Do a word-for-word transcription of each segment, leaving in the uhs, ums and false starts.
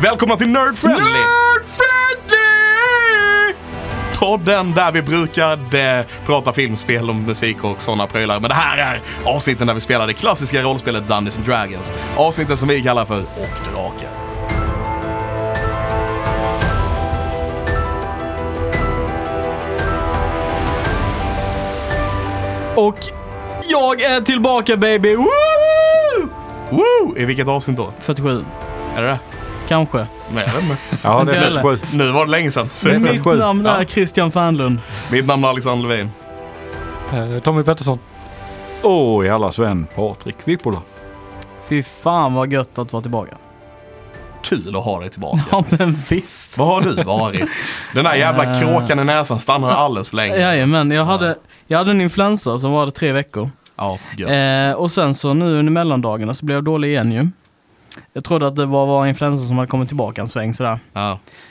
Välkomna till Nerd Friendly! Nerd Friendly! Podden där vi brukar de, prata filmspel och musik och sådana prylar. Men det här är avsnitten där vi spelar det klassiska rollspelet Dungeons and Dragons. Avsnitten som vi kallar för Och Drake. Och jag är tillbaka, baby! Woo! Woo! I vilket avsnitt då? fyrtiosju. Är det det? Kanske. Nej, jag vet inte. Ja, det Inte är heller. fyrtiosju. Nu var det länge sedan. Så Mitt namn är Ja. Christian Fernlund. Mitt namn är Alexander Levin. Eh, Tommy Pettersson. Och i allas vän Patrik Vippola. Fy fan vad gött att vara tillbaka. Kul att ha dig tillbaka. Ja, men visst. Vad har du varit? Den där jävla kråkan i näsan stannade alldeles för länge. Jajamän, jag hade, jag hade en influensa som var det tre veckor. Ja, gött. Eh, och sen så nu under mellandagarna så blev jag dålig igen ju. Jag trodde att det var, var influensa som hade kommit tillbaka en sväng sådär. Ja.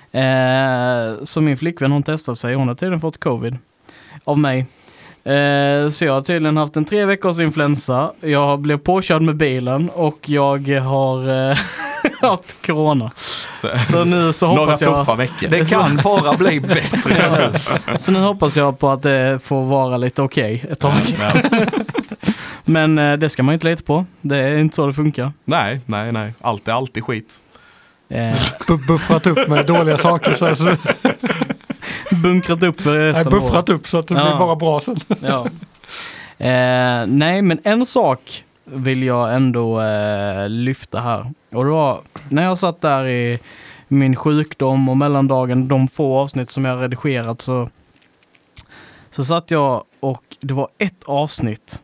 Eh, så min flickvän, hon testade sig. Hon har tydligen fått covid av mig. Eh, så jag har tydligen haft en tre veckors influensa. Jag blev påkörd med bilen och jag har eh, haft corona. Så, Så nu så några hoppas jag... tuffa veckor. Det kan bara bli bättre. Ja, så nu hoppas jag på att det får vara lite okej ett tag. Ja. Men eh, det ska man inte lita på. Det är inte så det funkar. Nej, nej, nej. Allt är alltid skit. Eh, Bu- buffrat upp med dåliga saker. Så alltså, bunkrat upp för resten nej, av buffrat upp så att det Ja. blir bara bra sen. Ja. Eh, nej, men en sak vill jag ändå eh, lyfta här. Och det var när jag satt där i min sjukdom och mellandagen, de få avsnitt som jag redigerat, så, så satt jag och det var ett avsnitt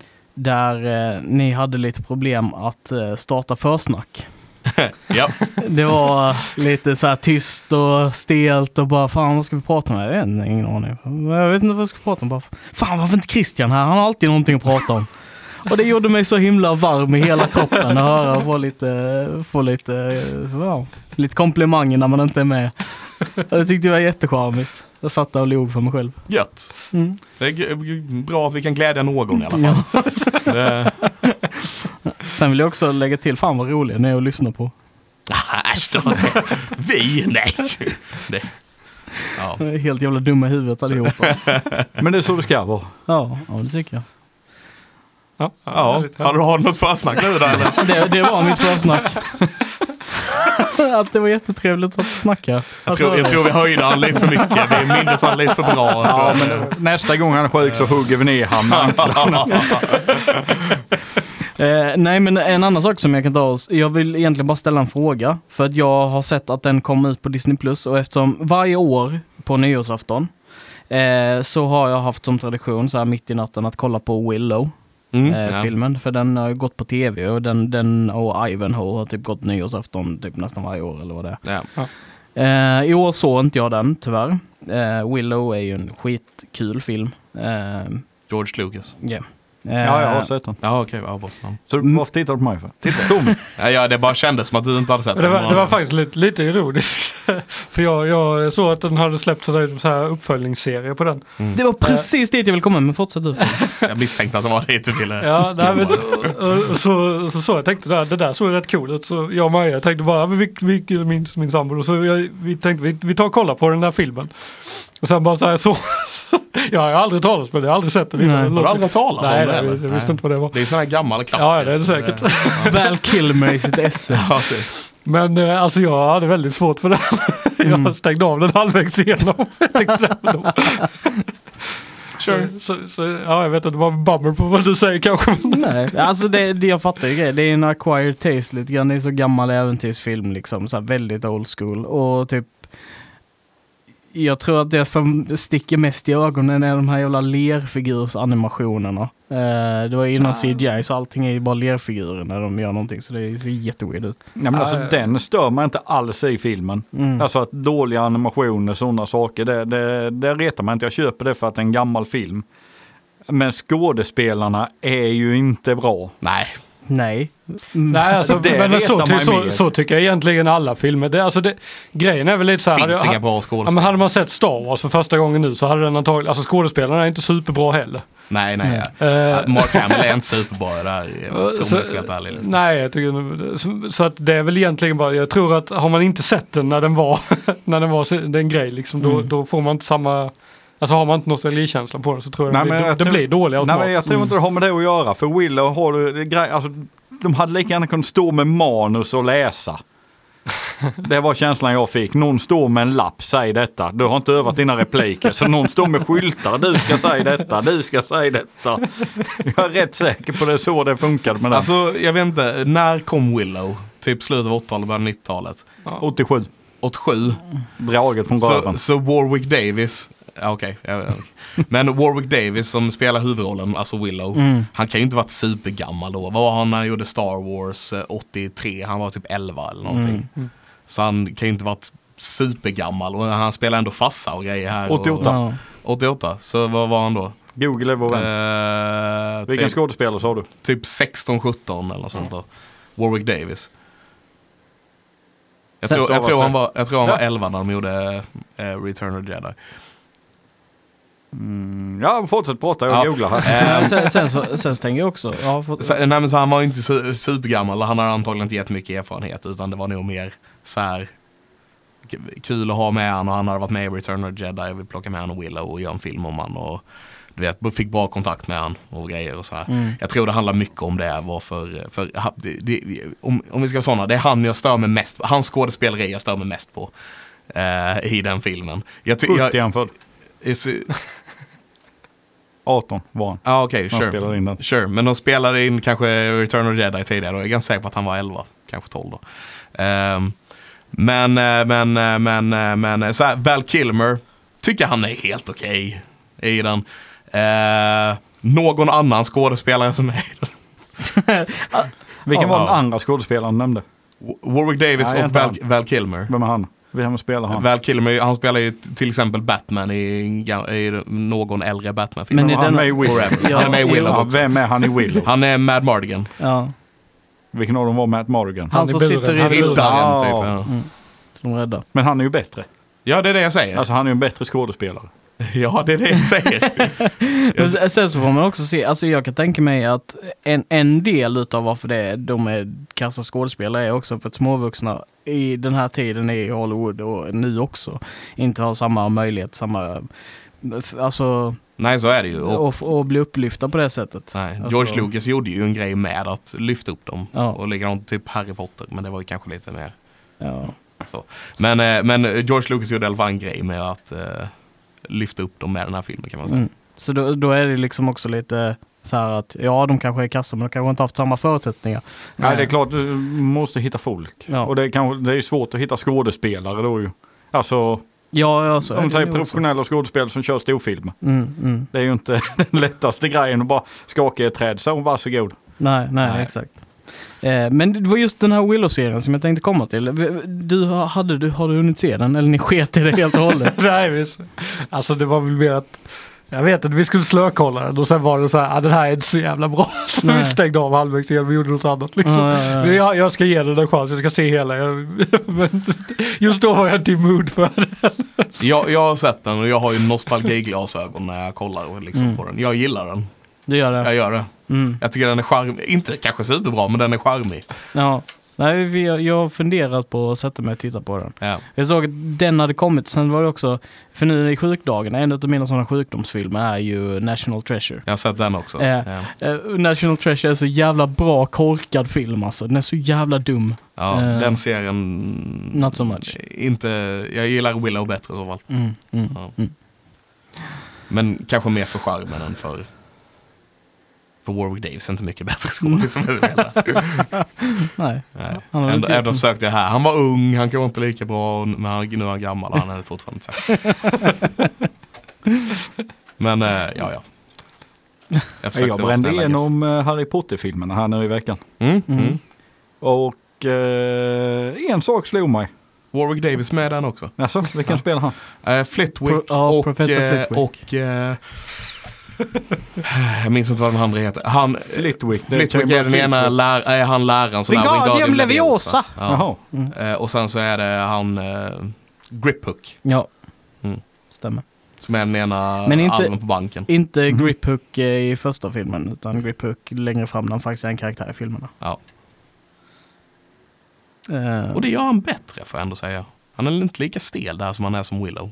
där eh, ni hade lite problem att eh, starta försnack. Ja. Det var lite så här tyst och stelt och bara, fan vad ska vi prata om? Jag vet inte, ingen aning. Jag vet inte vad jag ska prata om. Bara, fan varför inte Christian här? Han har alltid någonting att prata om. Och det gjorde mig så himla varm i hela kroppen att höra och få lite, få lite, ja, lite komplimanger när man inte är med. Och det tyckte jag var jättecharmigt. Jag satt där och log för mig själv. Gött. Mm. Det är g- bra att vi kan glädja någon i alla fall. Ja. Det... Sen vill jag också lägga till, fan vad rolig ni är att lyssna på. Äsch då. Vi? Nej. Det... Ja. Jag är helt jävla dumma i huvudet allihopa. Men det är så det ska vara. Ja, ja det tycker jag. Ja, Ja. härligt, Har du har du något försnack nu där eller? Det, det var mitt försnack. Att det var jättetrevligt att snacka. Jag tror, jag tror vi höjde han lite för mycket. Vi minns han lite för bra. Ja, men nästa gång han är sjuk så hugger vi ner han med anklarna. Eh, nej, men en annan sak som jag kan ta oss. Jag vill egentligen bara ställa en fråga. För att jag har sett att den kom ut på Disney Plus. Och eftersom varje år på nyårsafton eh, så har jag haft som tradition så här mitt i natten att kolla på Willow. Mm, Eh, ja. filmen, för den har ju gått på tv och den, den och Ivanhoe har typ gått nyårsafton typ nästan varje år eller vad det är. Ja. Eh, I år såg inte jag den tyvärr. Eh, Willow är ju en skitkul film. Eh, George Lucas. yeah. eh, Ja, jag har sett den. Ja, okej. Okay, ja, ja. Så Mm. varför tittar du på mig för? Titta. Tom. Ja, ja, det bara kändes som att du inte hade sett Men det, den. var, det var faktiskt lite, lite ironiskt. För jag, jag såg att den hade släppt så här uppföljningsserie på den. Det var precis dit jag vill komma, men fortsätt du. Jag misstänkte att det var det du ville. Ja, nej, men, och, och, så, så så jag tänkte där, det där såg rätt cool ut. Så jag och Maja tänkte bara, vi, vi, min, min sambo, och så jag, vi tänkte vi, vi tar och kollar på den där filmen. Och sen bara så här, så, jag har aldrig talat med det, jag har aldrig sett den. Nej. Har du aldrig talat Nej, om det? nej, eller? jag, jag visste inte vad det var. Det är sån här gammal klassiker. Ja, det är det säkert. Val Kilmer i sitt esse. Ja, det- Men eh, alltså jag hade väldigt svårt för den. Jag stängde av den halvvägs igenom. Jag tänkte det då. Sure. Så, så, så, ja, jag vet att det var en bummer på vad du säger kanske. Nej, alltså det, det jag fattar ju grejer. Det är en acquired taste lite grann. Det är så gammal äventyrsfilm liksom. Så här väldigt old school. Och typ jag tror att det som sticker mest i ögonen är de här jävla lerfigursanimationerna. Eh, det var innan C G I så allting är ju bara lerfigurer när de gör någonting. Så det ser jätteweird ut. Ja, men alltså Ja, ja. den stör man inte alls i filmen. Mm. Alltså att dåliga animationer, sådana saker, det, det, det retar man inte. Jag köper det för att det är en gammal film. Men skådespelarna är ju inte bra. Nej. Nej. Nej, alltså, Det men så, retar ty, man så, mer. så tycker jag egentligen alla filmer. Det, alltså det, grejen är väl lite så här. Finns hade, inga bra ja, skådespelare. men hade man sett Star Wars för första gången nu så hade den antagligen, alltså skådespelarna är inte superbra heller. Nej, nej. Eh, Mark Hamill är inte superbra där. Så, Så, så, liksom. nej, jag tycker så, så att det är väl egentligen bara, jag tror att har man inte sett den när den var när den var den grej liksom, då, Mm. då får man inte samma, alltså har man inte nostalgikänsla på det så tror jag, Nej, det, men blir, jag det tror- blir dåligt Nej, automatiskt. men jag tror inte det har med det att göra. För Willow har du det grej, alltså, de hade lika gärna kunnat stå med manus och läsa. Det var känslan jag fick. Någon står med en lapp, säg detta. Du har inte övat dina repliker. Så någon står med skyltar, du ska säga detta, du ska säga detta. Jag är rätt säker på det, så det funkade med den. Alltså, jag vet inte. När kom Willow? Typ slutet av åttiotalet, början av nittiotalet. åttiosju. åttiosju. Draget från röven. Så, så Warwick Davis. Ja, okej. Okay. Men Warwick Davis som spelar huvudrollen, alltså Willow. Mm. Han kan ju inte varit supergammal då. Vad var han när han gjorde Star Wars eh, åttiotre? Han var typ elva eller någonting. Mm. Så han kan ju inte varit supergammal. Och han spelar ändå farsa och grejer här. åttioåtta. Ja. Och, åttioåtta. Så vad var han då? Google är vår vän. Eh, Vilken typ, skådespelare sa du? typ sexton sjutton eller något sånt då. Warwick Davis. Jag Sen tror, jag stavas tror det. han var, jag tror han var Ja. elva när de gjorde eh, Return of the Jedi. Mm, ja, fortsätt prata. Jag Ja. googlar här. Eh, sen, sen, så, sen så tänker jag också, ja, för, så, nej, men så han var ju inte su- supergammal. Han har antagligen inte jättemycket erfarenhet. Utan det var nog mer så här k- kul att ha med han. Och han hade varit med i Return of the Jedi. Jag vill plocka med han och Willow och göra en film om han. Och du vet, fick bra kontakt med han och grejer och så här. Mm. Jag tror det handlar mycket om det. Varför, för, ha- det, det, om, om vi ska vara sådana, det är han jag stör mig mest på. Hans skådespeleri jag stör mig mest på. Eh, I den filmen. Jag, ty- sjuttio jag, han född. is- arton var han. Ja, okej, Han sure. spelade in den. Sure, men de spelade in kanske Return of the Jedi tidigare. Och jag är ganska säker på att han var elva, kanske tolv då. Ehm, men, eh, men, eh, men, eh, men eh, så här, Val Kilmer tycker han är helt okej i den. Eh, någon annan skådespelare som är i den. Vilken Ja. var den andra skådespelaren du nämnde? Warwick Davis Nej, och inte Val, han. Val Kilmer. Vem är han? Vem spelar han? Val Kilmer, han spelar ju t- till exempel Batman i, en ga- i någon äldre Batman-film. Men Vem i var han denna- med i Willow? Forever. Ja, Han är med i jo. Willow Ja, också. vem är han i Willow? Han är Mad Mardigan. ja, Vilken av dem var Matt Morgan? han i som buren. sitter i Han är i buren. buren. Riddaren, typ. Ja. Ja. Mm. Som räddar. Men han är ju bättre. Ja, det är det jag säger. Alltså han är ju en bättre skådespelare. Ja, det är det jag säger. Men sen- sen så får man också se, alltså jag kan tänka mig att en, en del utav varför det är, de är kassa skådespelare är också för att småvuxna i den här tiden i Hollywood och nu också inte har samma möjlighet, samma, alltså, Nej, så är det ju. Och, och, och bli upplyfta på det sättet. nej, Alltså- George Lucas gjorde ju en grej med att lyfta upp dem. Ja. Och likadant typ Harry Potter, men det var ju kanske lite mer Ja. så. Men, eh, men George Lucas gjorde i alla fall en grej med att eh, lyfta upp dem med den här filmen kan man säga. Mm. Så då, då är det liksom också lite så här att, ja de kanske är kassa men de kanske inte haft samma förutsättningar. Nej, det är klart du måste hitta folk. Ja. Och det är, kanske, det är ju svårt att hitta skådespelare då ju. Alltså, Ja, ja så är om man det säger ju också. professionella skådespelare som kör storfilmer. Mm, mm. Det är ju inte den lättaste grejen att bara skaka i ett träd. Så varsågod. Nej, nej, Nej. exakt. Eh, men det var just den här Willow-serien som jag tänkte komma till. Du, hade, du, har du hunnit se den? Eller ni sket i det helt och hållet? Nej, visst. Alltså det var väl mer att jag vet att vi skulle slökolla den och sen var det så här, ah, den här är inte så jävla bra. Så Nej. vi stängde av halvvägs igen, vi gjorde något annat liksom. Ja, ja, ja. Men jag, jag ska ge den en chans, jag ska se hela. Jag, men just då var jag inte i mood för det. Jag, jag har sett den och jag har ju nostalgiglasögon när jag kollar liksom Mm. på den. Jag gillar den. Du gör det? Jag gör det. Mm. Jag tycker den är charmig. Inte kanske superbra, men den är charmig. Ja. Nej, vi, jag har funderat på att sätta mig och titta på den. Ja. Jag såg att den hade kommit, sen var det också, för nu i sjukdagen, en av mina sådana sjukdomsfilmer är ju National Treasure. Jag har sett den också. Ja. Ja. Eh, National Treasure är så jävla bra korkad film alltså. Den är så jävla dum. Ja, Eh, den serien... not so much. Inte, jag gillar Willow bättre i så fall. Mm, mm, Ja. mm. Men kanske mer för charmen än för... För Warwick Davis är inte mycket bättre skådis som huvudspelare. Nej. Nej. Han har Ändå, inte gjort ändå en- försökte jag här. Han var ung, han kan inte lika bra, men han, nu är han gammal och han är fortfarande inte sagt. Men äh, ja, ja. Jag, försökte Jag vara brände snäll, I igenom eh, Harry Potter-filmerna här nu i veckan. guess. Mm, Mm. mm. Och eh, en sak slog mig. Warwick Davis med den också. Alltså, vilken spelar han? Uh, Flitwick Pro- ja, och... Professor eh, Flitwick. och eh, jag minns inte vad den andra heter. Han, Flitwick. det är Flitwick Chamber är of den ena, Secrets. lär, är han läraren. sån där, Wingardium Leviosa. Ja. Jaha. Eh, och sen så är det han uh, Griphook. Ja. Mm. Stämmer. med den ena Men inte- armen på banken. Inte Mhm. Grip Hook eh, i första filmen, utan Grip Hook längre fram när han faktiskt är en karaktär i filmerna. Ja. Eh, Och det gör han bättre, får jag ändå säga. Han är inte lika stel där som han är som Willow.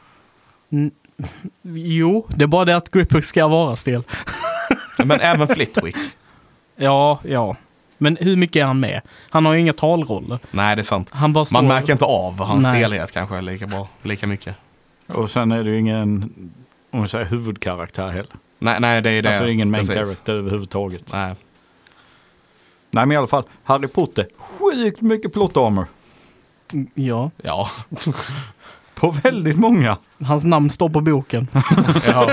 Jo, det är bara det att Grip Hook ska vara stel. Men även Flitwick. Ja, ja. Men hur mycket är han med? Han har ju inga talroller. Nej, det är sant. Han bara står... Man märker inte av hans Nej. stelhet kanske lika bra, lika mycket. Och sen är det ju ingen, om man säger huvudkaraktär heller. Nej, nej det är det. Alltså ingen main Precis. character överhuvudtaget. Nej. Nej men i alla fall, Harry Potter, sjukt mycket plot armor. Ja, Ja. På väldigt många. hans namn står på boken. ja.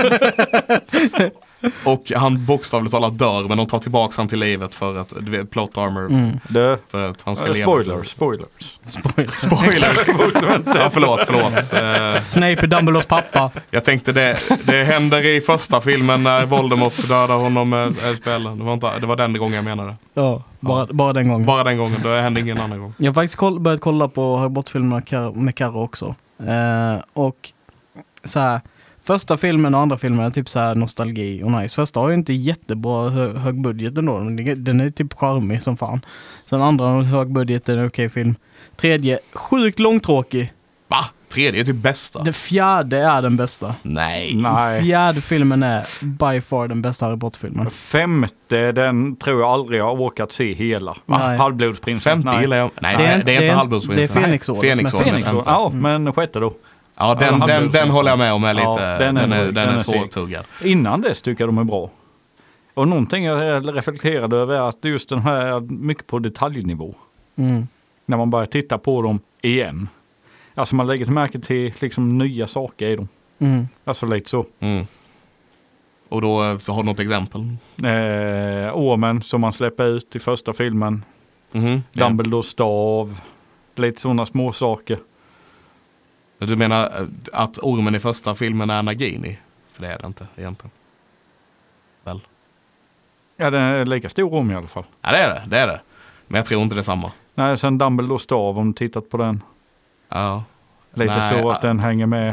Och han bokstavligt talat dör, men de tar tillbaka han till livet för att, du vet, plot armor. Mm. Det, För att han ska äh, leva. spoilers, spoilers. Spoiler. Spoiler. ja, förlåt, förlåt. Eh, Snape är Dumbledores pappa. jag tänkte det, det händer i första filmen när Voldemort dödar honom med ett spel. Det var, inte, det var den gången jag menade. Ja, bara, bara den gången. Bara den gången, det hände ingen annan gång. Jag har faktiskt koll, börjat kolla på Harry Potter-filmerna Kar- med Karo också. Eh, och så här, första filmen och andra filmen är typ så här nostalgi och nice. Första har ju inte jättebra hö- hög budget ändå. Men det- den är typ charmig som fan. Sen andra har hög budget, är en okej film. Tredje, sjukt långtråkig. Va? Tredje är typ bästa. Den fjärde är den bästa. Nej. Nej. Fjärde filmen är by far den bästa Harry Potter-filmen. Femte, den tror jag aldrig jag har orkat se hela. Nej. Halvblodsprinsen. Femte Nej. gillar jag. Nej, Det det är- är, det är det inte är- halvblodsprinsen. det är Fenixorden som är Fenixorden är femte. Fenix, femte. ja men sjätte då. Ja, den, Ja, den, den halvblodsprinsen. håller jag med om är lite, Ja, den är, den är, den den är är seg. svårtuggad. Innan dess tycker jag de är bra. Och någonting jag reflekterade över är att just den här är mycket på detaljnivå. Mm. När man börjar titta på dem igen. Alltså man lägger till märke till liksom nya saker i dem. Mm. Alltså lite så. Mm. Och då eh, har du något exempel? Eh, ormen som man släpper ut i första filmen. Mhm. Dumbledores stav. Lite sådana små saker. Ja. Du menar eh, att ormen i första filmen är Nagini? För det är det inte egentligen. Väl? Ja den är lika stor orm i alla fall. Ja, det är det. Det är det. Men jag tror inte det är samma. Nej, sen Dumbledores stav om du tittat på den. Ja. Lite Nej, så att ja. den hänger med.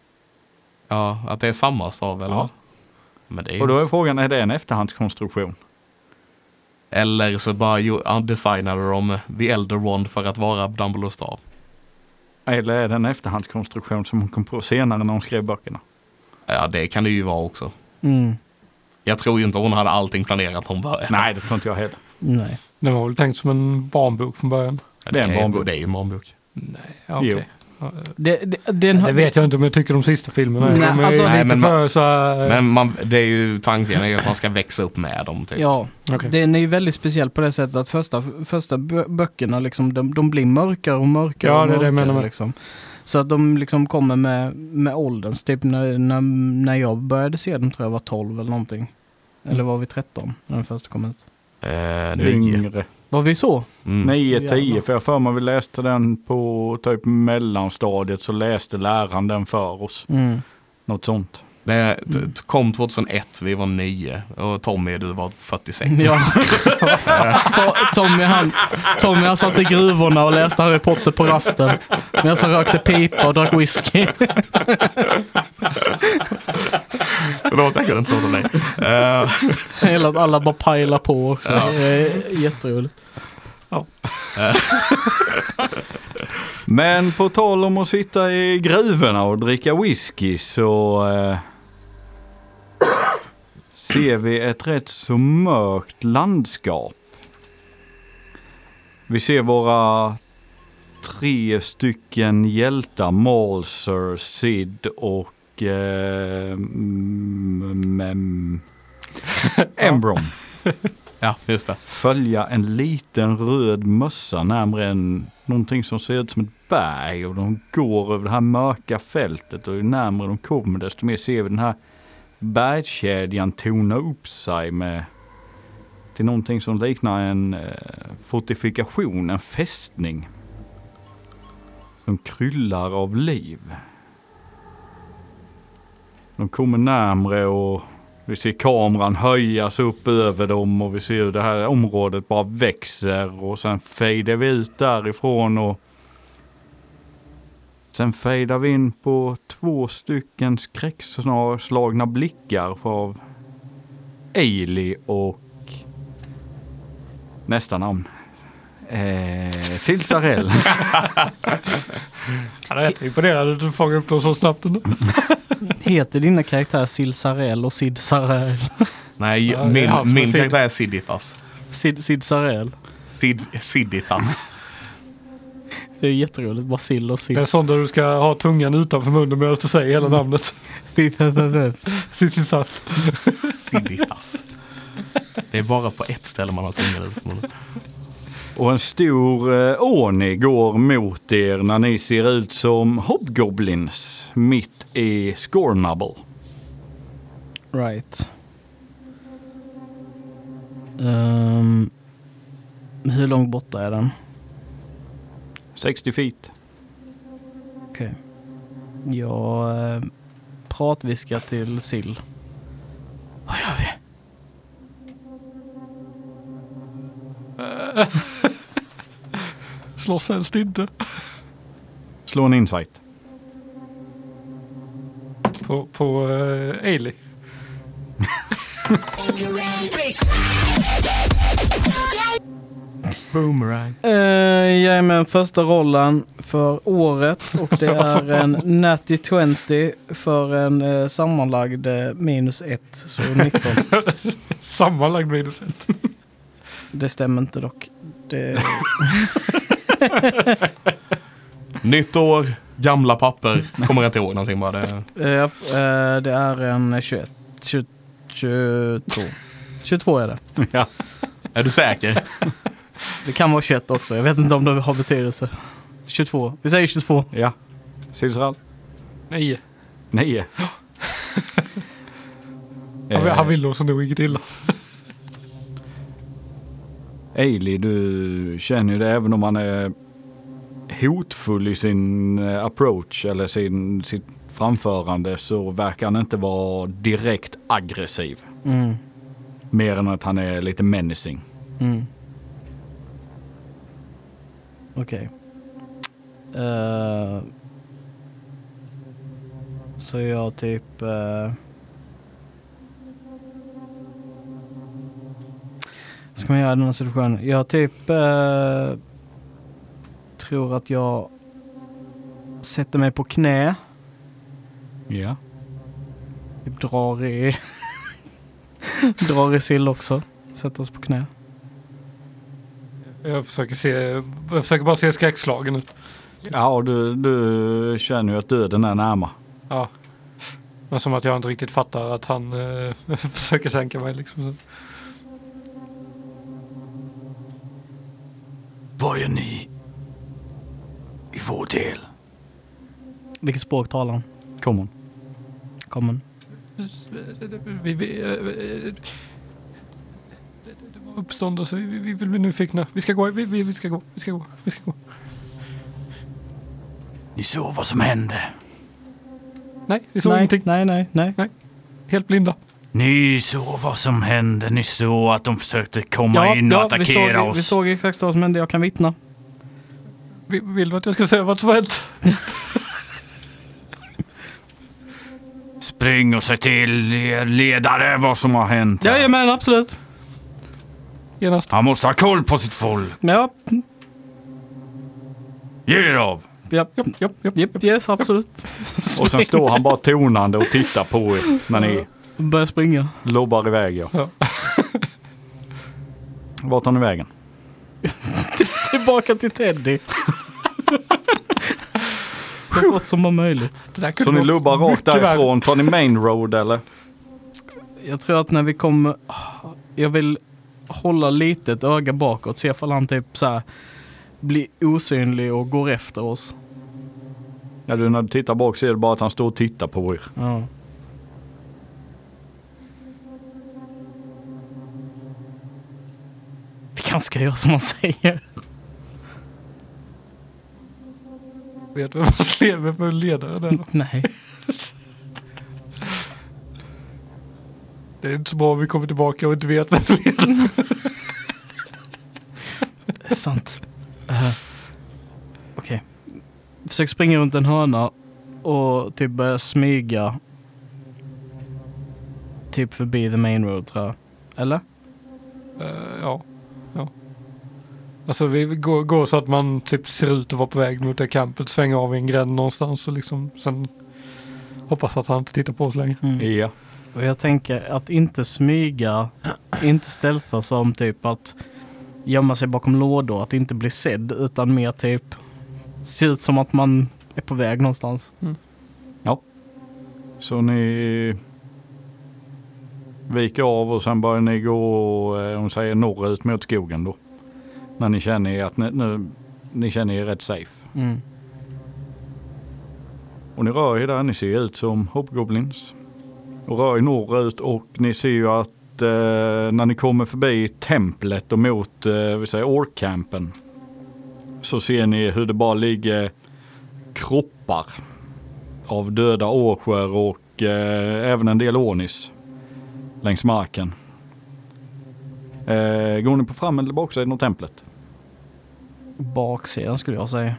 Ja, att det är samma stav eller? Ja. Men det är Och då är inte- frågan, är det en efterhandskonstruktion? Eller så bara ju- designade de The Elder Wand för att vara Dumbledores stav. Eller är det en efterhandskonstruktion som hon kom på senare när hon skrev böckerna? Ja, det kan det ju vara också. Mm. Jag tror ju inte hon hade allting planerat från början. Nej, det tror inte jag heller. Nej. Den var väl tänkt som en barnbok från början. Ja, det är en är, barnbok. det är ju en barnbok. Nej, ja, okej. Jo. Ja, Det, det, den, det vet jag inte om jag tycker de sista filmerna. Nej, de är alltså- lite Nej, men för så här... Men man, det är ju tanken är ju att man ska växa upp med dem. Typ. Ja, Okej. den är ju väldigt speciell på det sättet att första, första bö- böckerna liksom, de, de blir mörkare och mörkare Ja, och det är det jag mörkare. menar med. Liksom. Så att de liksom kommer med, med ålderns, typ när, när, när jag började se dem tror jag var tolv eller någonting. Eller var vi tretton när den första kom ut? Eh, nio. Yngre. Var vi så? Mm. nio, Jävlar. tio. För jag för mig vi läste den på typ mellanstadiet så läste läraren den för oss. Mm. Något sånt. Det t- t- kom tjugohundraett, vi var nio. Och Tommy, du var fyrtiosex. Ja. To- Tommy, han, Tommy han satt i gruvorna och läste Harry Potter på rasten. Medan han rökte pipa och drack whisky. Förlåt, jag kunde inte låta dig. Eh, Hela, alla bara pajlar på också. Ja. Det är jätteroligt. Men på tal om att sitta i gruvorna och dricka whisky så eh, ser vi ett rätt så mörkt landskap. Vi ser våra tre stycken hjältar, Malser, Sid och eh, mm, mm, Embrom. ja, just det. Följa en liten röd mössa närmare en, någonting som ser ut som ett berg och de går över det här mörka fältet och ju närmare de kommer desto mer ser vi den här bergskedjan tona upp sig med till någonting som liknar en eh, fortifikation, en fästning som kryllar av liv. De kommer närmare och vi ser kameran höjas upp över dem och vi ser hur det här området bara växer och sen fejdar vi ut därifrån och Sen fejdar vi in på två stycken skräckslagna blickar av Ailey och nästa namn. Eh, Silsarell. Han är rätt imponerad att du fångar upp dem så snabbt ändå. Heter dina karaktärer Silsarell och Sid Sarell? Nej, Ja, det är han som min, är min Sid. karaktär är Siditas. Sid, Sid Sarell. Sid, Siditas. Det är jätteroligt, bara sill och Det är sill. sånt där du ska ha tungan utanför munnen medan du säger hela namnet. Siditas. Siditas. Det är bara på ett ställe man har tungan ut. Och en stor eh, Oni går mot er när ni ser ut som hobgoblins mitt i Scornable. Right. Um, hur långt borta är den? sextio feet. Okej. Okay. Jag eh, pratviskar till Sill. Vad gör vi? Slåss helst inte. Slå en insight. På, på uh, Ailey. Boomerang. Uh, jag är med första rollen för året och det är en natty tjugo för en uh, sammanlagd uh, minus ett, så nitton. Sammanlagd minus ett. Det stämmer inte dock. Det... Nytt år, gamla papper. Kommer jag inte ihåg någonting bara. Det... Uh, uh, det är en tjugoett. tjugo, tjugotvå. tjugotvå är det. Ja. Är du säker? Det kan vara tjugoett också. Jag vet inte om det har betydelse. tjugotvå. Vi säger tjugotvå. Ja. Silsarell. Nio. Nio. Han, han vill oss nog inget illa. Ailey, du känner ju det även om han är hotfull i sin eh, approach eller sin, sitt framförande, så verkar han inte vara direkt aggressiv. Mm. Mer än att han är lite menacing. Mm. Okej. Okay. Uh, så jag typ... Uh, ska man göra den här situationen? Jag typ... Uh, tror att jag sätter mig på knä. Ja. Typ drar i... drar i sill också. Sätter oss på knä. Jag försöker se, jag försöker bara se skräckslagen ut. Ja, du, du känner ju att döden är närmare. Ja. Men som att jag inte riktigt fattar att han äh, försöker sänka mig liksom. Vad gör ni i vår del? Vilket språk talar han? Common. Common. Vi, vi, äh, det var uppståndelse, vi, vi vill bli nyfikna. Vi ska gå, vi, vi, vi ska gå, vi ska gå, vi ska gå. Ni såg vad som hände. Nej, vi såg nej, ingenting. nej, nej, nej. Helt blinda. Ni såg vad som hände. Ni såg att de försökte komma Ja, in och ja, attackera vi såg, oss. Vi såg exakt vad som hände, jag kan vittna. Vi, vill du att jag ska säga vad som hänt? Spring och säg till er ledare vad som har hänt. Jajamän, absolut. Genast. Han måste ha koll på sitt folk. Ja, Ge er av. ja, Japp, japp, japp. japp, yes, absolut. Och sen står han bara tonande och tittar på er när ni Börjar springa. lobbar iväg. Ja. Ja. Vart tar ni vägen? Tillbaka till Teddy. Så fort som var möjligt. Det där kunde Så ni gått lobbar rakt mycket värre. därifrån? Tar ni main road eller? Jag tror att när vi kommer... Jag vill hålla lite ett öga bakåt. Se ifall han typ så här blir osynlig och går efter oss. Ja, du, när du tittar bak ser du bara att han står och tittar på er. Ja. Vi kanske ska göra som man säger. Vet vem som lever för ledare där då? Nej. Det är inte så bra om vi kommer tillbaka och inte vet vem ledare. Det är sant. Uh, Okej. försök springa runt en hörna och typ börja smyga typ förbi the main road, tror jag. Eller? Uh, ja. ja. Alltså vi går, går så att man typ ser ut att vara på väg mot det campet, svänger av i en gränd någonstans och liksom sen hoppas att han inte tittar på oss längre. Mm. Ja. Och jag tänker att inte smyga, inte stealtha som typ att gömma sig bakom lådor, att inte bli sedd, utan mer typ se ut som att man är på väg någonstans. Mm. Ja. Så ni viker av och sen börjar ni gå, om säger norrut mot skogen då. När ni känner att ni, nu, ni känner er rätt safe. Mm. Och ni rör er där, ni ser ut som hobgoblins. Och rör er norrut och ni ser ju att eh, när ni kommer förbi templet och mot eh, vi säger orkcampen, så ser ni hur det bara ligger kroppar av döda orcher och eh, även en del ornis längs marken. Eh, går ni på fram eller baksidan av templet? Baksidan skulle jag säga.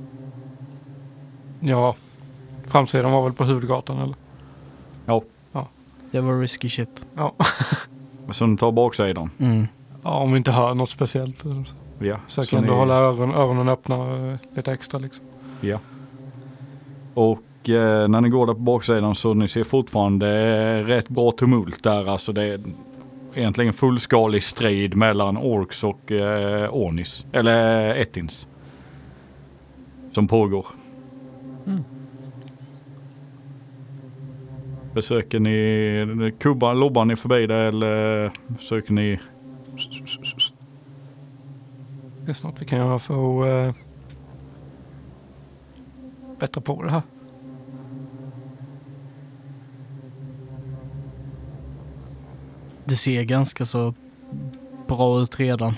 Ja, framsidan var väl på huvudgatan eller? Ja. Det var risky shit. Ja. Så ni tar baksidan? Mm. Ja, om vi inte hör något speciellt. Ja. Så, Så kan ni- du hålla öron, öronen öppna eh, lite extra liksom. Ja. Och eh, när ni går där på baksidan så ni ser fortfarande eh, rätt bra tumult där. Alltså det är egentligen fullskalig strid mellan orks och eh, ornis. Eller eh, ettins. Som pågår. Mm. Besöker ni kubbar, lobbar ni förbi det eller söker ni? Det är snart vi kan göra för att eh, bättra på det här. Det ser ganska så bra ut redan.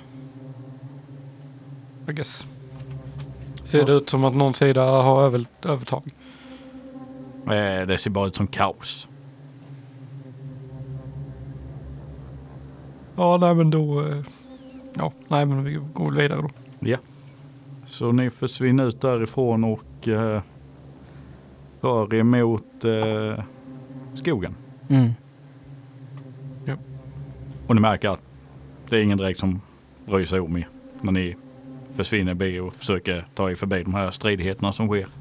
I guess. Ser det ut som att någon sida har över, övertag? Eh, det ser bara ut som kaos. Ja, nej men då... Eh, ja, nej men vi går vidare då. Ja. Så ni försvinner ut därifrån och eh, rör er mot eh, skogen. Mm. Och ni märker att det är ingen direkt som bryr sig om er när ni försvinner bi och försöker ta er förbi de här stridigheterna som sker.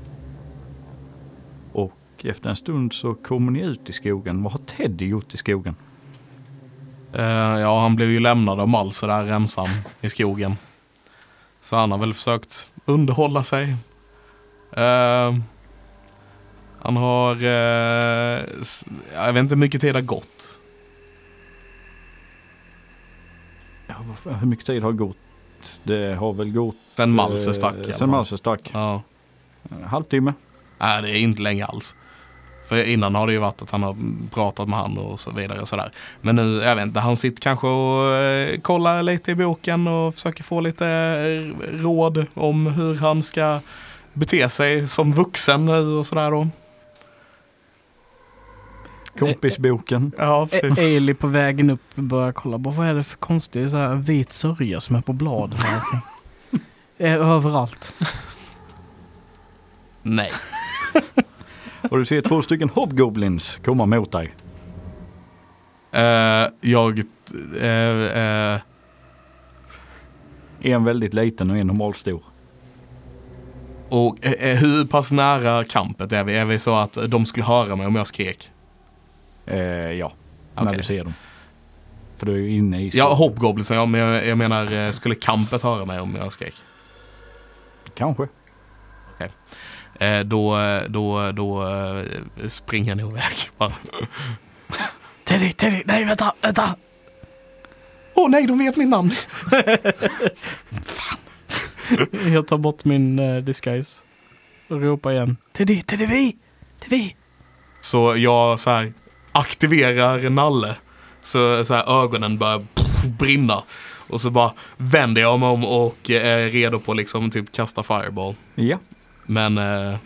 Och efter en stund så kommer ni ut i skogen. Vad har Teddy gjort i skogen? Uh, ja, han blev ju lämnad av Malse där ensam i skogen. Så han har väl försökt underhålla sig. Uh, han har... Uh, s- jag vet inte hur mycket tid det har gått. Ja, vad- hur mycket tid har gått? Det har väl gått... Sen Malse eh, stack. i alla Sen fall. Malse stack. Ja. En halvtimme. Nej, det är inte länge alls. För innan har det ju varit att han har pratat med han och så vidare och sådär. Men nu, jag vet inte, han sitter kanske och eh, kollar lite i boken och försöker få lite eh, råd om hur han ska bete sig som vuxen nu och sådär då. Kompisboken. Ja, precis. Ailey på vägen upp börjar kolla på vad är det för konstig så här vit sörja som är på bladen här. Eh, Överallt. Nej. Och du ser två stycken hobgoblins komma mot dig. Eh, jag... eh, eh, En väldigt liten och en normalstor. och eh, eh, hur pass nära kampet är vi? Är vi så att de skulle höra mig om jag skrek? Eh, ja, när Okej. du ser dem. För du är ju inne i Ja, skogen. hobgoblinsen, ja, men jag, jag menar, eh, skulle kampet höra mig om jag skrek? Kanske. Eh, då, då, då eh, springer jag nog iväg bara. Teddy, Teddy, nej vänta, vänta. Åh oh, nej, de vet mitt namn. Jag tar bort min uh, disguise. Och ropar igen. Teddy, Teddy vi! Det är vi! Så jag så här aktiverar Nalle. Så, så här ögonen börjar brinna. Och så bara vänder jag mig om och är redo på liksom typ kasta fireball. Ja. Men eh,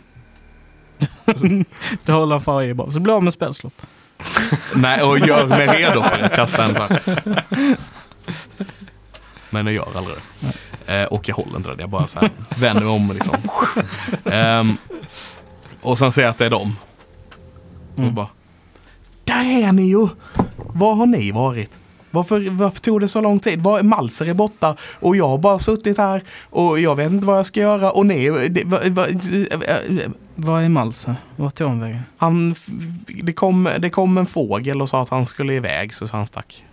Det håller han fireball. Så blir av med spelslott. nej, och gör mig redo för att kasta en så här. Men jag gör aldrig det. Eh, och jag håller inte det. Jag bara så här vänder mig om liksom. um, och sen ser jag att det är dem. Mm. Och bara, där är ni ju! Var har ni varit? Varför, varför tog det så lång tid? Var, Malser är borta och jag har bara suttit här och jag vet inte vad jag ska göra och ni... Det, va, va, Vad är Malse? Vart tog han vägen? han, det, kom, det kom en fågel och sa att han skulle iväg så han stack.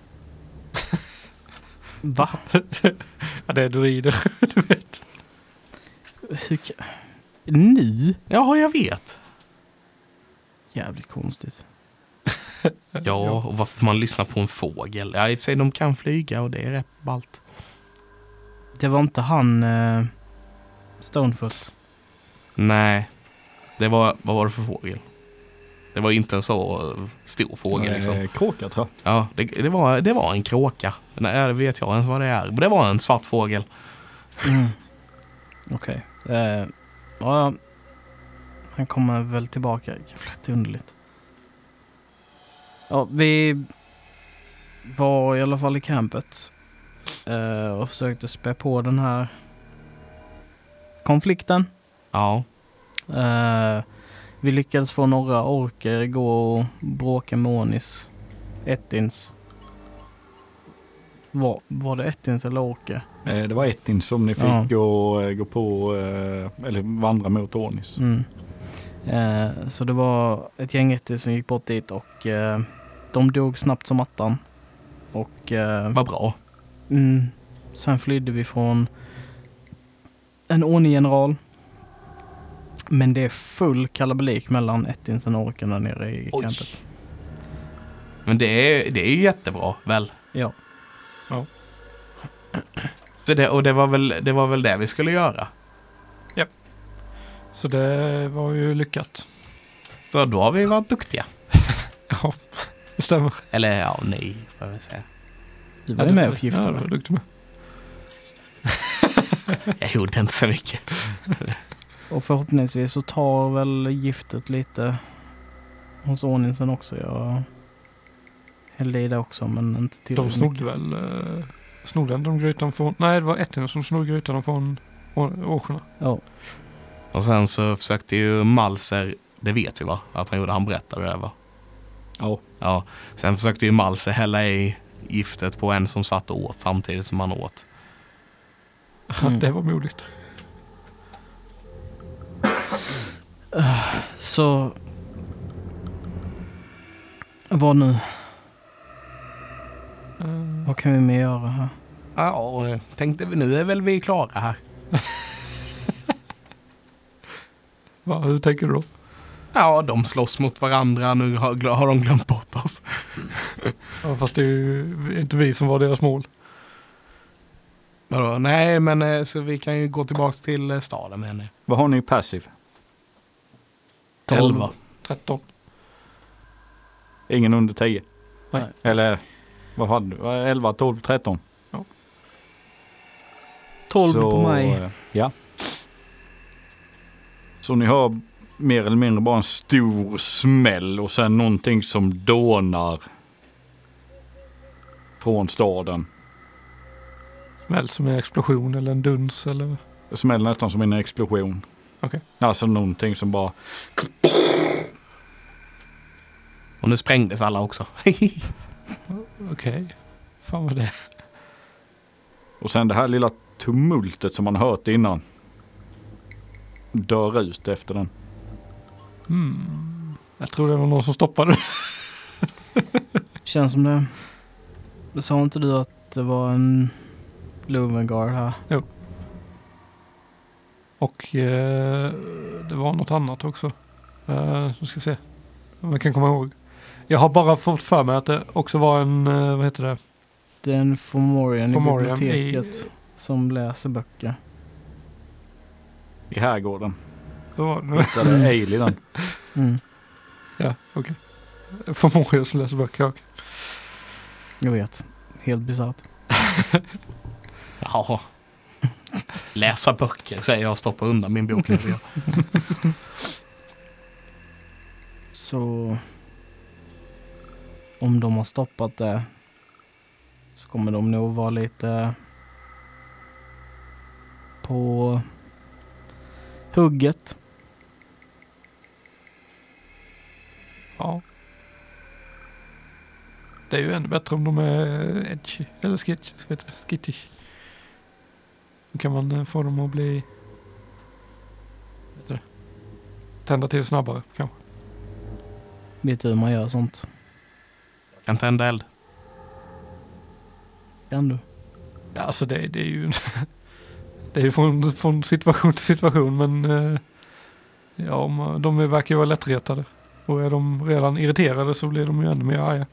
Va? Ja, det är druider, du vet. Hur ka- Nu? Ja, jag vet. Jävligt konstigt. Ja, och varför man lyssnar på en fågel. Ja, i och för sig de kan flyga och det är rätt ballt. Det var inte han eh, Stonefoot. Nej, det var, vad var det för fågel? Det var inte en så stor fågel liksom. Eh, Kråka tror jag. Ja, det, det, var, det var en kråka. Nej, det vet jag ens vad det är. Men det var en svart fågel. Mm. Okej. Okay. Eh, ja, han kommer väl tillbaka. Jävligt underligt. Ja, vi var i alla fall i campet eh, och försökte spä på den här konflikten. Ja. Eh, vi lyckades få några orker gå och bråka med Onis. Ettins. Var, var det Ettins eller orker? Eh, det var ett in som ni fick Ja. gå, gå på eh, eller vandra mot Ornis. Mm. Eh, så det var ett gäng Ettins som gick bort dit och eh, de dog snabbt som attan. Och eh, Vad bra. mm, sen flydde vi från en Oni-general. Men det är full kalabalik mellan Ettinsen och orkerna nere i Oj. campet. Men det är, det är ju jättebra, väl? Ja. Så det, och det var, väl, det var väl det vi skulle göra. Så det var ju lyckat. Så då har vi varit duktiga. Ja, det stämmer. Eller ja, nej, vad vill jag säga. Du var ju med och Ja, förgiftade. du var duktig med. Jag gjorde inte så mycket. Och förhoppningsvis så tar väl giftet lite hos Oninsen också. Jag hällde i det också, men inte De tillräckligt snodde väl, eh, snodde de grytan från, nej det var Ettinen som snodde grytan från årsarna. Ja. Och sen så försökte ju Malser, det vet vi va? Att han gjorde, han berättade det va? Ja. Ja. Sen försökte ju Malser hälla i giftet på en som satt och åt samtidigt som han åt. Mm. Det var modigt. Så vad nu? Uh, Vad kan vi mer göra här? Ja, och tänkte vi nu är väl vi klara här. va, hur tänker du då? Ja, de slåss mot varandra. Nu har, har de glömt bort oss. Ja, fast det är ju inte vi som var deras mål. Vadå? Nej, men eh, så vi kan ju gå tillbaka till eh, staden med henne. Vad har ni passiv? Elva. tretton. Ingen under tio? Nej. Eller vad hade du? elva, tolv, tretton? tolv Så, på mig. eh, Ja. Så ni hör mer eller mindre bara en stor smäll och sen någonting som dånar från staden. Smäll som en explosion eller en duns eller? Det smäller nästan som en explosion. Okej. Alltså någonting som bara... Och nu sprängdes alla också. Okej. Okay. Fan vad det är. Och sen det här lilla tumultet som man hört innan dör ut efter den. Hmm. Jag tror det var någon som stoppade. Känns som det. Det sa inte du att det var en Lovengard här? Och eh, det var något annat också. Eh, nu ska vi se. Om jag kan komma ihåg. Jag har bara fått för mig att det också var en, eh, vad heter det? Det är en Fomorian i Fomorian biblioteket i- som läser böcker. I herrgården. Det var det. Där det är Ailey. Mm. Ja, okej. Okay. Förmodligen som läser böcker. Okay. Jag vet. Helt bisarrt. Ja. Läsa böcker säger jag och stoppa undan min bok. Så om de har stoppat det så kommer de nog vara lite på hugget. Ja. Det är ju ännu bättre om de är edgy eller skitch, skittish. Då kan man få dem att bli vet du, tända till snabbare kanske. Vet du hur man gör sånt? Kan tända eld. Kan du? Ja, alltså det, det är ju det är ju från, från situation till situation, men eh, ja, om, de är, verkar ju vara lättretade. Och är de redan irriterade så blir de ju ännu mer arga.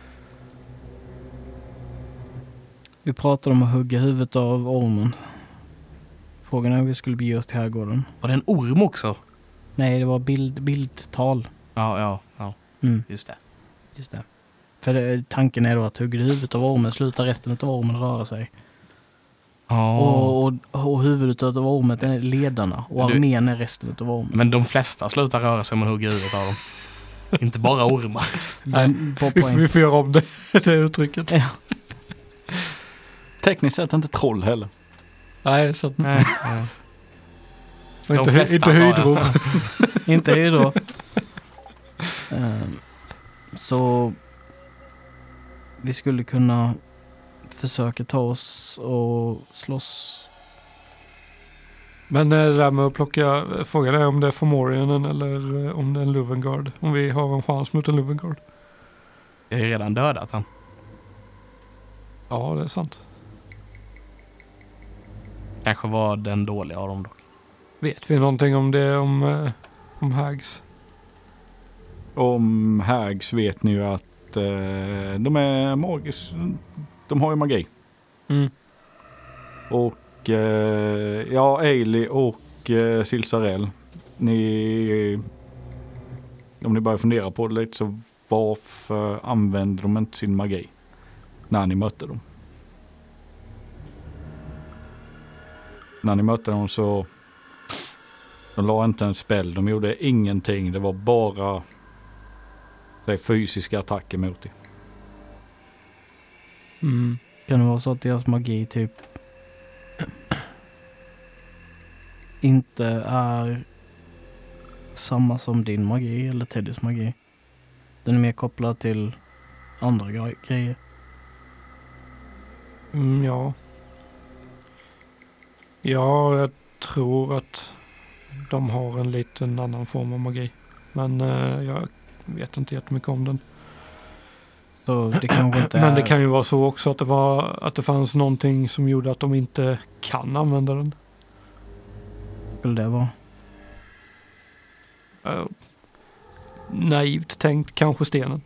Vi pratade om att hugga huvudet av ormen. Frågan är om vi skulle bege oss till herrgården. Var det en orm också? Nej, det var bild, bildtal. Ja, ja, ja. Mm, Just det. just det. För det, tanken är då att hugga huvudet av ormen, slutar resten av ormen röra sig. Ja. Och, och, och huvudet av ormen är ledarna och Du- armén är resten av ormen. Men de flesta slutar röra sig om man hugger huvudet av dem. Inte bara ormar. Men på Vi, får- poäng. vi får göra om det, det uttrycket. Ja. Tekniskt sett inte troll heller. Nej, så att, Nej, ja. och inte, De flesta, inte sa jag. hydro. Inte hydro. Ehm, så vi skulle kunna försöka ta oss och slåss. Men eh, det där med att plocka, frågan är om det är Fomorianen eller eh, om det är en Luvengard. Om vi har en chans mot en Luvengard. Jag har ju redan dödat han. Ja, det är sant. Kanske var den dåliga av dem dock. Vet vi någonting om det, om, eh, om Hags? Om Hags vet ni ju att eh, de är magis. De har ju magi. Mm. Och eh, ja, Ailey och eh, Silsarell. Ni, om ni börjar fundera på det lite, så varför använder de inte sin magi när ni mötte dem? När ni mötte dem så de la inte en spell, de gjorde ingenting. Det var bara det fysiska attacker mot er. Mm. Kan det vara så att deras magi typ inte är samma som din magi eller Teddys magi? Den är mer kopplad till andra gre- grejer. Mm, ja. Ja, jag tror att de har en liten annan form av magi. Men eh, jag vet inte jättemycket om den. Så det kanske inte Men är... det kan ju vara så också att det, var, att det fanns någonting som gjorde att de inte kan använda den. skulle det vara? Uh, naivt tänkt, kanske stenen.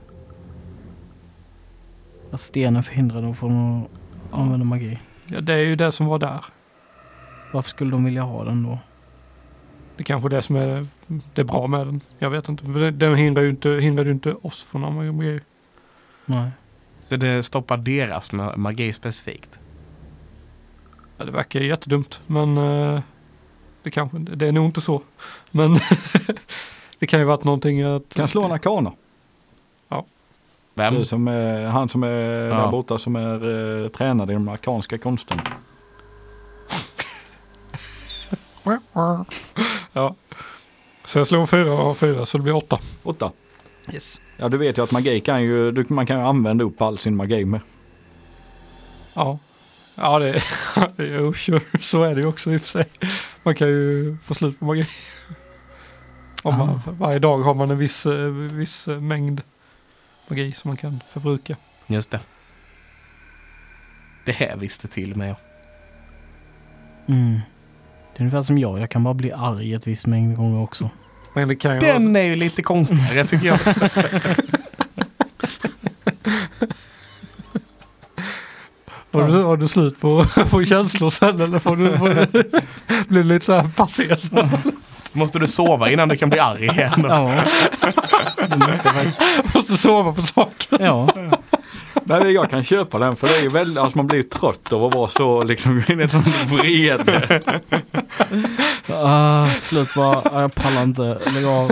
Att stenen förhindrar dem från att använda magi. Ja, det är ju det som var där. Varför skulle de vilja ha den då? Det är kanske det som är det är bra med den. Jag vet inte. För det, den hindrar ju inte, hindrar ju inte oss från att använda magi. Nej. Så det stoppar deras ma- magi specifikt. Ja, det verkar jättedumt, men uh, det kanske det är nog inte så. Men det kan ju varit någonting att... Kan slå en arkana. Vem? Du som är, han som är Ja. där borta som är eh, tränad i de arkanska konsten. Ja. Så jag slår fyra och har fyra så det blir åtta. Åtta. Yes. Ja, du vet ju att magi kan ju, du, man kan ju använda upp all sin magi med. Ja. Ja, det jo, sure. Så är det ju också i och för sig. Man kan ju få slut på magi. Om man, varje dag har man en viss, eh, viss eh, mängd magi som man kan förbruka. Just det. Det här visste till mig. Mm. Det är ungefär som jag. Jag kan bara bli arg ett visst mängd gånger också. Men det kan ju vara så- Den är ju lite konstigare tycker jag. Har du, har du slut på, på känslor sen eller får du, får du blir lite så här passé sen? Måste du sova innan du kan bli arg igen? Ja. Det måste jag faktiskt. Måste sova på saker. Ja. Nej, jag kan köpa den för det är ju väldigt, alltså man blir trött av att vara så liksom i en sån vrede. Ah, till slut bara, ah, jag pallar inte. Lägg av.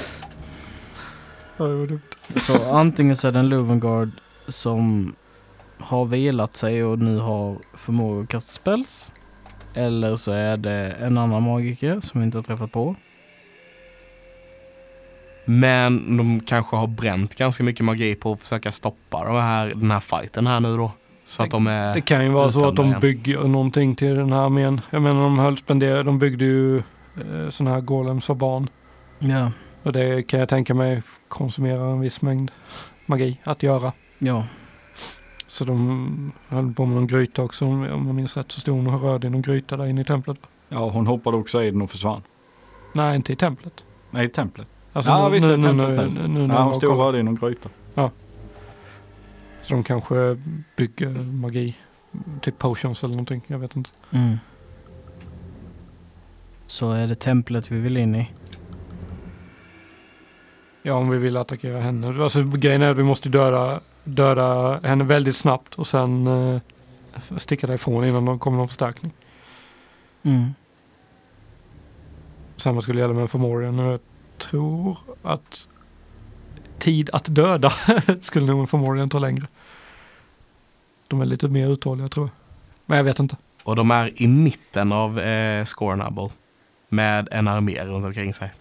Ja, det var dumt. Så antingen så är det en Luvengard som har vilat sig och nu har förmåga att kasta spells. Eller så är det en annan magiker som vi inte har träffat på. Men de kanske har bränt ganska mycket magi på att försöka stoppa de här, den här fighten här nu då. Så att de är Det kan ju vara så att de igen. bygger någonting till den här armén. Jag menar de höll spendera, de byggde ju eh, sådana här golems av barn. Ja, Och det kan jag tänka mig konsumerar en viss mängd magi att göra. ja. Så de höll på med någon gryta också, om jag minns rätt så stod hon och rörde i någon gryta där inne i templet. Ja, hon hoppade också i den och försvann. Nej, inte i templet. Nej, i templet. Alltså Ja, nu, visst, nu, i nu, templet nu, nu. nu, när Ja, jag hon stod och kollar. rörde i någon gryta. Så de kanske bygger magi, typ potions eller någonting, jag vet inte. Mm. Så är det templet vi vill in i. Ja, om vi vill attackera henne. Alltså grejen är att vi måste döda, döda henne väldigt snabbt och sen eh, sticka därifrån innan de kommer någon förstärkning. Mm. Samma skulle gälla med Fomorian och jag tror att tid att döda skulle nog med Fomorian ta längre. De är lite mer uthålliga tror jag. Men jag vet inte. Och de är i mitten av eh, Scornable. Med en armé runt omkring sig.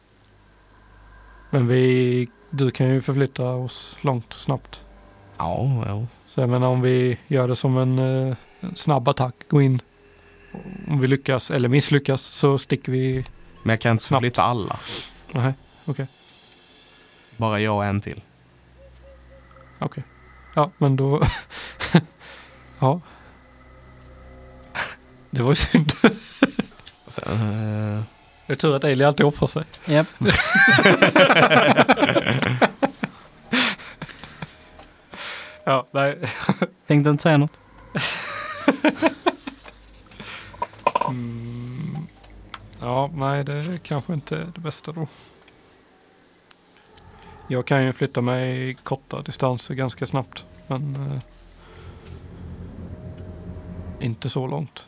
Men vi, du kan ju förflytta oss långt snabbt. Ja, ja. Så jag menar om vi gör det som en, eh, en snabb attack, gå in. Om vi lyckas eller misslyckas så sticker vi. Men jag kan inte Snabbt. flytta alla. Nej, okej. Bara jag och en till. Okej. Ja, men då. Ja. Det var ju synd. Sen, eh, Det är tur att Ailey alltid offrar sig. Japp. Ja, nej. Tänkte inte säga något. Mm. Ja, nej det är kanske inte är det bästa då. Jag kan ju flytta mig korta distanser ganska snabbt. Men eh, inte så långt.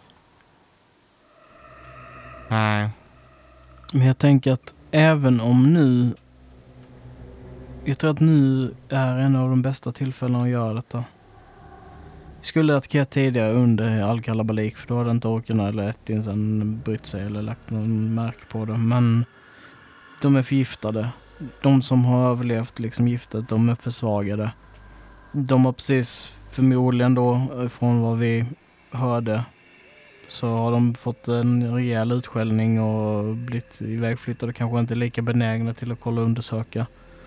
nej. Men jag tänker att även om nu... Jag tror att nu är en av de bästa tillfällena att göra detta. Vi skulle attackera tidigare under all kalabalik för då hade inte orkarna eller Ettinsen brytt sig eller lagt någon märke på det. Men de är förgiftade. De som har överlevt liksom giftet, de är försvagade. De har precis förmodligen då, från vad vi hörde, så har de fått en rejäl utskällning och blivit ivägflyttade, kanske inte lika benägna till att kolla och undersöka.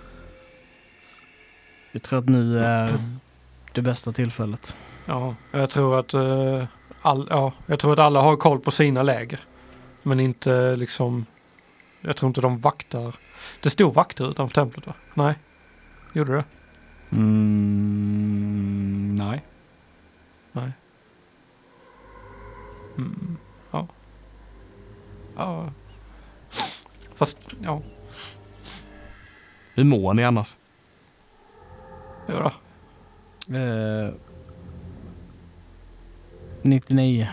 Jag tror att nu är det bästa tillfället. Ja, jag tror att eh, all, ja, jag tror att alla har koll på sina läger. Men inte liksom, jag tror inte de vaktar. Det stod vakter utanför templet va? Nej, gjorde det? Mm, nej. Nej. Mm, ja. Ja. Fast, ja. Hur mår ni annars? Ja då. Eh, nittionio.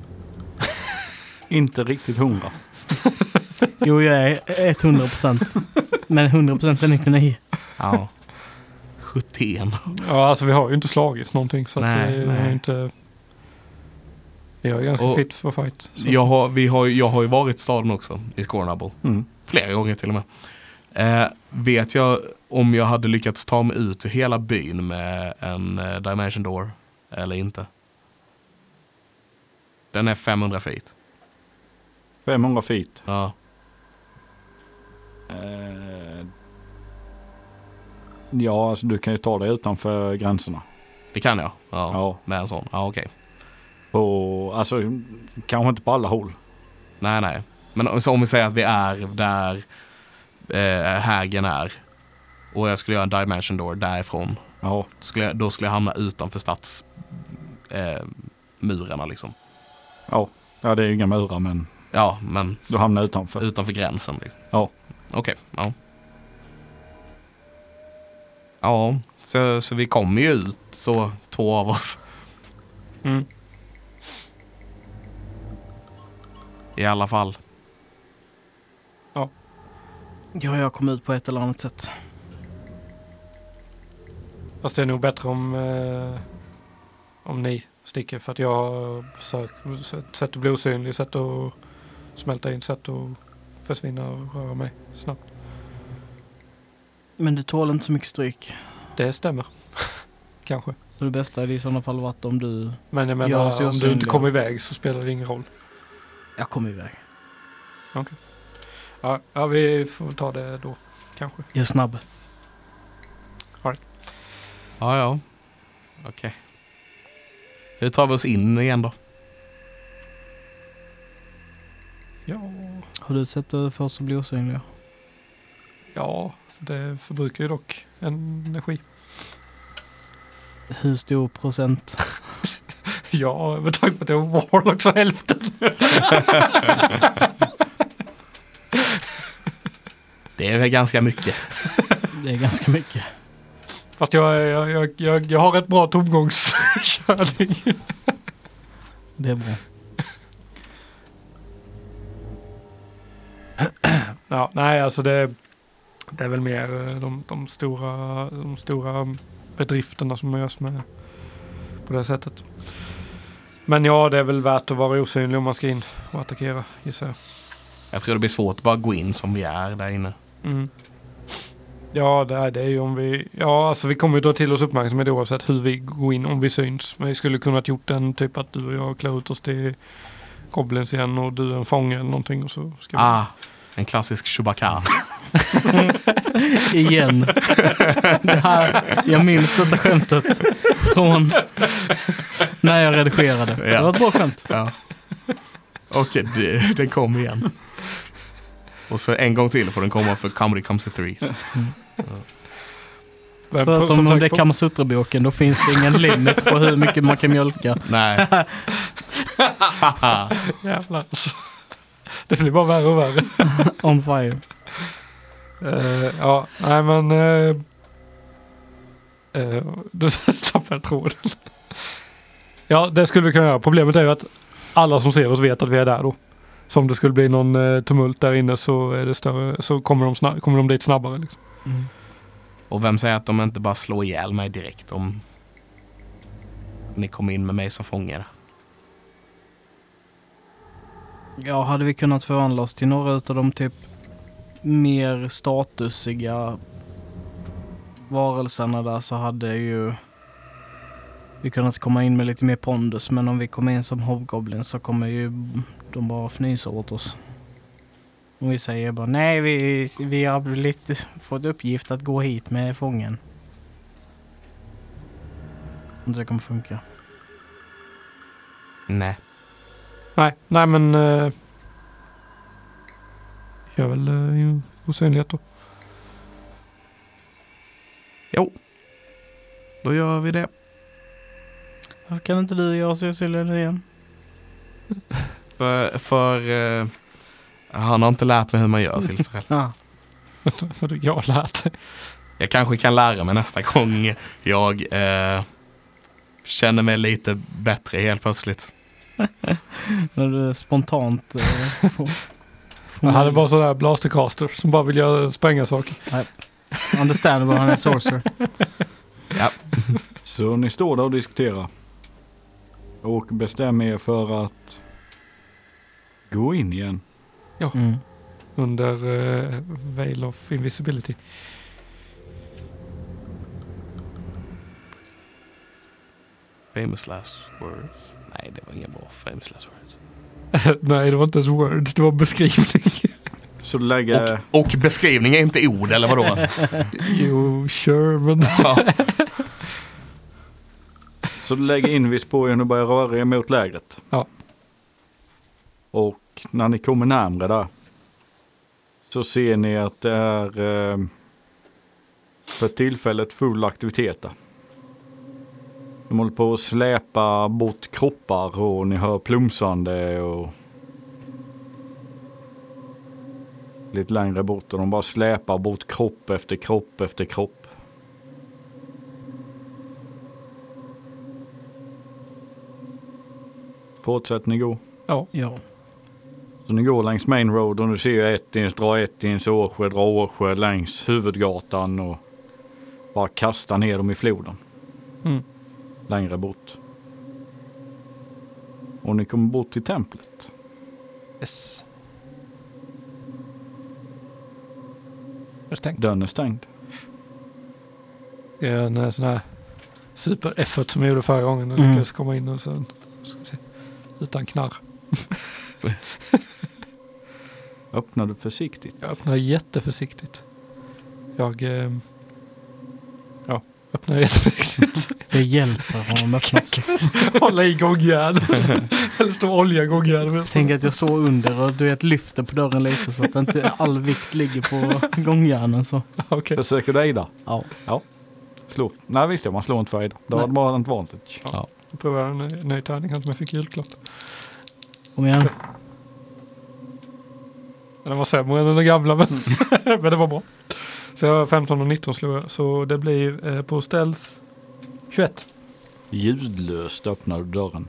Inte riktigt hundra. Jo, jag är hundra procent. Men hundra procent är nittionio. Ja. sjuttioen. Ja, alltså vi har ju inte slagits någonting så Nej, att det nej. är inte. Jag är ganska Och fit för fight. Så. Jag har, vi har, jag har ju varit i staden också, i Scornable. Mm. Flera gånger till och med. Eh, vet jag om jag hade lyckats ta mig ut ur hela byn med en eh, Dimension Door eller inte? Den är femhundra feet. femhundra feet. Ja. Eh, ja, alltså du kan ju ta dig utanför gränserna. Det kan jag. Ja. Ja. Med en sån. Ja, okej. Och, alltså, kanske inte på alla håll. Nej, nej. Men så om vi säger att vi är där eh, hägen är och jag skulle göra en Dimension Door därifrån. Ja, Skulle jag, då skulle jag hamna utanför stadsmurarna eh, murarna liksom. ja. Ja, det är ju inga murar men Ja, men du hamnar utanför. utanför gränsen. Liksom. Ja. Okej, ja. Ja, så, så vi kommer ju ut så två av oss. Mm. I alla fall. Ja, jag kom ut på ett eller annat sätt. Fast det är nog bättre om eh, om ni sticker. För att jag har försökt- sett sätt att bli osynlig, sätt att smälta in, sätt att försvinna och röra mig snabbt. Men du tål inte så mycket stryk. Det stämmer. Kanske. Så det bästa är i sådana fall varit om du... Men jag Gör menar, oss om du inte osynliga. kommer iväg så spelar det ingen roll. Jag kommer iväg. Ja, ja, vi får ta det då. Kanske. Jag är snabb. Ja, ja. Okej. Hur tar vi oss in igen då? Ja, Har du ett sätt att få oss att bli osynliga? ja, det förbrukar ju dock energi. Hur stor procent? Ja, med tanke på att jag var Warlock så hälften. Det är väl ganska mycket. Det är ganska mycket. Fast jag, jag, jag, jag, jag har rätt bra tomgångskörning. Det är bra. Ja, nej, alltså det, det är väl mer eh, de, de, stora, de stora bedrifterna som görs med på det sättet. Men ja, det är väl värt att vara osynlig om man ska in och attackera, gissar jag. Jag tror det blir svårt att bara gå in som vi är där inne. Mm. Ja, det är, det är ju om vi... Ja, alltså vi kommer ju dra till oss uppmärksamhet oavsett hur vi går in, om vi syns. Men vi skulle kunnat gjort den typ att du och jag klär ut oss till Goblins igen och du är en fånge eller någonting och så ska vi... Ah, en klassisk Chewbacca. Igen. Det här, jag minns detta skämtet från när jag redigerade. Det Ja. var ett bra skämt. Ja. Okej, det, det kom igen. Och så en gång till får den komma för Comedy Comes to Threes. Men För på- att som om sagt, det är på- Kamasutra-boken då finns det ingen limit på hur mycket man kan mjölka. Nej. Jävlar alltså. Det blir bara värre och värre. On fire. Uh, ja, nej men... Uh, uh, då tappar jag tråden. Ja, det skulle vi kunna göra. Problemet är ju att alla som ser oss vet att vi är där då. Så om det skulle bli någon uh, tumult där inne så är det större, så kommer de, sna- kommer de dit snabbare. Liksom. Mm. Och vem säger att de inte bara slår ihjäl mig direkt om ni kommer in med mig som fångare? Ja, hade vi kunnat förvandla oss till några utav de typ mer statusiga varelserna där så hade ju vi kunnat komma in med lite mer pondus. Men om vi kommer in som hobgoblins så kommer ju de bara fnysa åt oss. Och vi säger bara nej, vi, vi har blivit, fått uppgift att gå hit med fången. Om det kommer funka. Nej. Nej, nej men... Uh, gör väl uh, osynlighet då. Jo. Då gör vi det. Varför kan inte du göra så osynlig igen? För, för eh, han har inte lärt mig hur man gör Silsarell. Ja. För jag har lärt dig. Jag kanske kan lära mig nästa gång jag eh, känner mig lite bättre helt plötsligt. När du spontant eh, får, får Jag hade bara sådär blastercaster som bara vill göra spränga saker. understandable, han är sorcerer. Ja. Så ni står där och diskuterar. Och bestämmer er för att gå in igen. Mm. Under uh, Veil of Invisibility. Famous last words. Nej, det var inga bra famous last words. Nej, det var inte ens words, det var beskrivning. Så du lägger... Och, och beskrivning är inte ord, eller vadå? Jo, sure, men... Ja. Så du lägger invis på er och börjar röra er mot lägret. Ja. Och när ni kommer närmare där så ser ni att det är eh, för tillfället full aktivitet där. De håller på att släpa bort kroppar och ni hör plumsande och lite längre bort och de bara släpar bort kropp efter kropp efter kropp. Fortsätter ni gå? Ja. Ja. Så ni går längs Main Road och nu ser jag Ettins, dra Ettins, Årsjö, dra Årsjö längs huvudgatan och bara kasta ner dem i floden. Mm. Längre bort. Och ni kommer bort till templet. Yes. Är det stängt? Dörren är stängd. Det är en eh, sån här super-effort som jag gjorde förra gången. Och Mm. lyckades komma in och sen, ska vi se, utan knarr. Öppnar du försiktigt. Jag öppnar jätteförsiktigt. Jag eh, ja, öppnar jätteförsiktigt. Det hjälper honom att öppna sig. Hålla i gångjärn. Eller stå olja gångjärn. Tänk att jag står under och du vet, lyfter på dörren lite så att inte all vikt ligger på gångjärnen. Så. Okej. Försöker du ejda? Ja. Slå. Nej visst ja, man slår inte för ejda. Det var Nej. bara en advantage. Ja. Jag provar en ny- ny tärning som jag fick i julklapp. Kom igen. Den var sämre än den gamla men, men det var bra. Så jag har femton och nitton slår jag. Så det blir eh, på stealth tjugoett. Ljudlöst öppnar du dörren.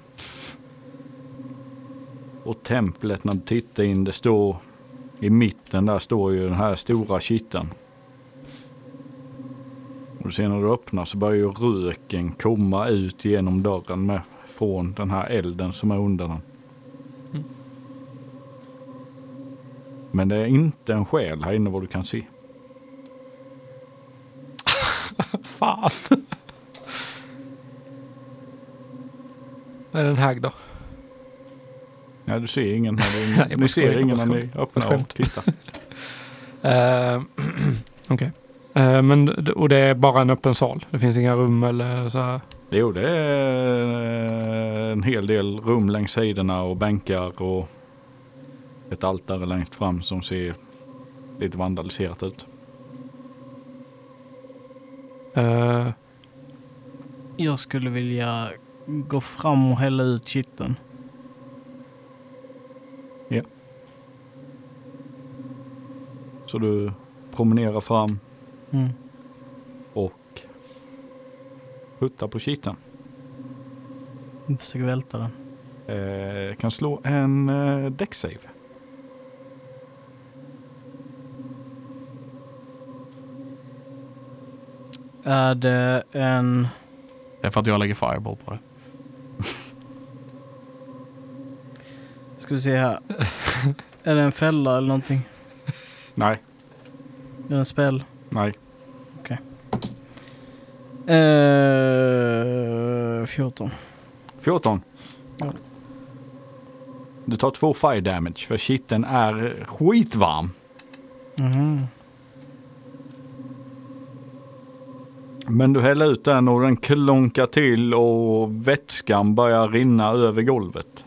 Och templet när du tittar in, det står i mitten där står ju den här stora kitteln. Och du ser när du öppnar så börjar ju röken komma ut genom dörren med, från den här elden som är under den. Mm. Men det är inte en själ här inne vad du kan se. Fan. Vad är den här då? Nej, du ser ingen här. Nej, Du, jag ni bara ser skojar, ingen jag när bara ni skojar. öppnar och Skämt. tittar. Uh, Okej. Eh, men och det är bara en öppen sal. Det finns inga rum eller så här. Jo, det är en hel del rum längs sidorna och bänkar och ett altare längst fram som ser lite vandaliserat ut. Eh, Jag skulle vilja gå fram och hälla ut kitteln. Så du promenerar fram Mm. och puttar på kitteln. Jag försöker välta den. Eh, kan slå en eh, deck save. Är det en... Det är för att jag lägger fireball på det. Ska vi se här. Är det en fälla eller någonting? Nej, Är det en spel? nej. Eh, fjorton. fjorton. Ja. Du tar två fire damage för kitteln är skitvarm. Mhm. Men du häller ut den och den klonkar till och vätskan börjar rinna över golvet.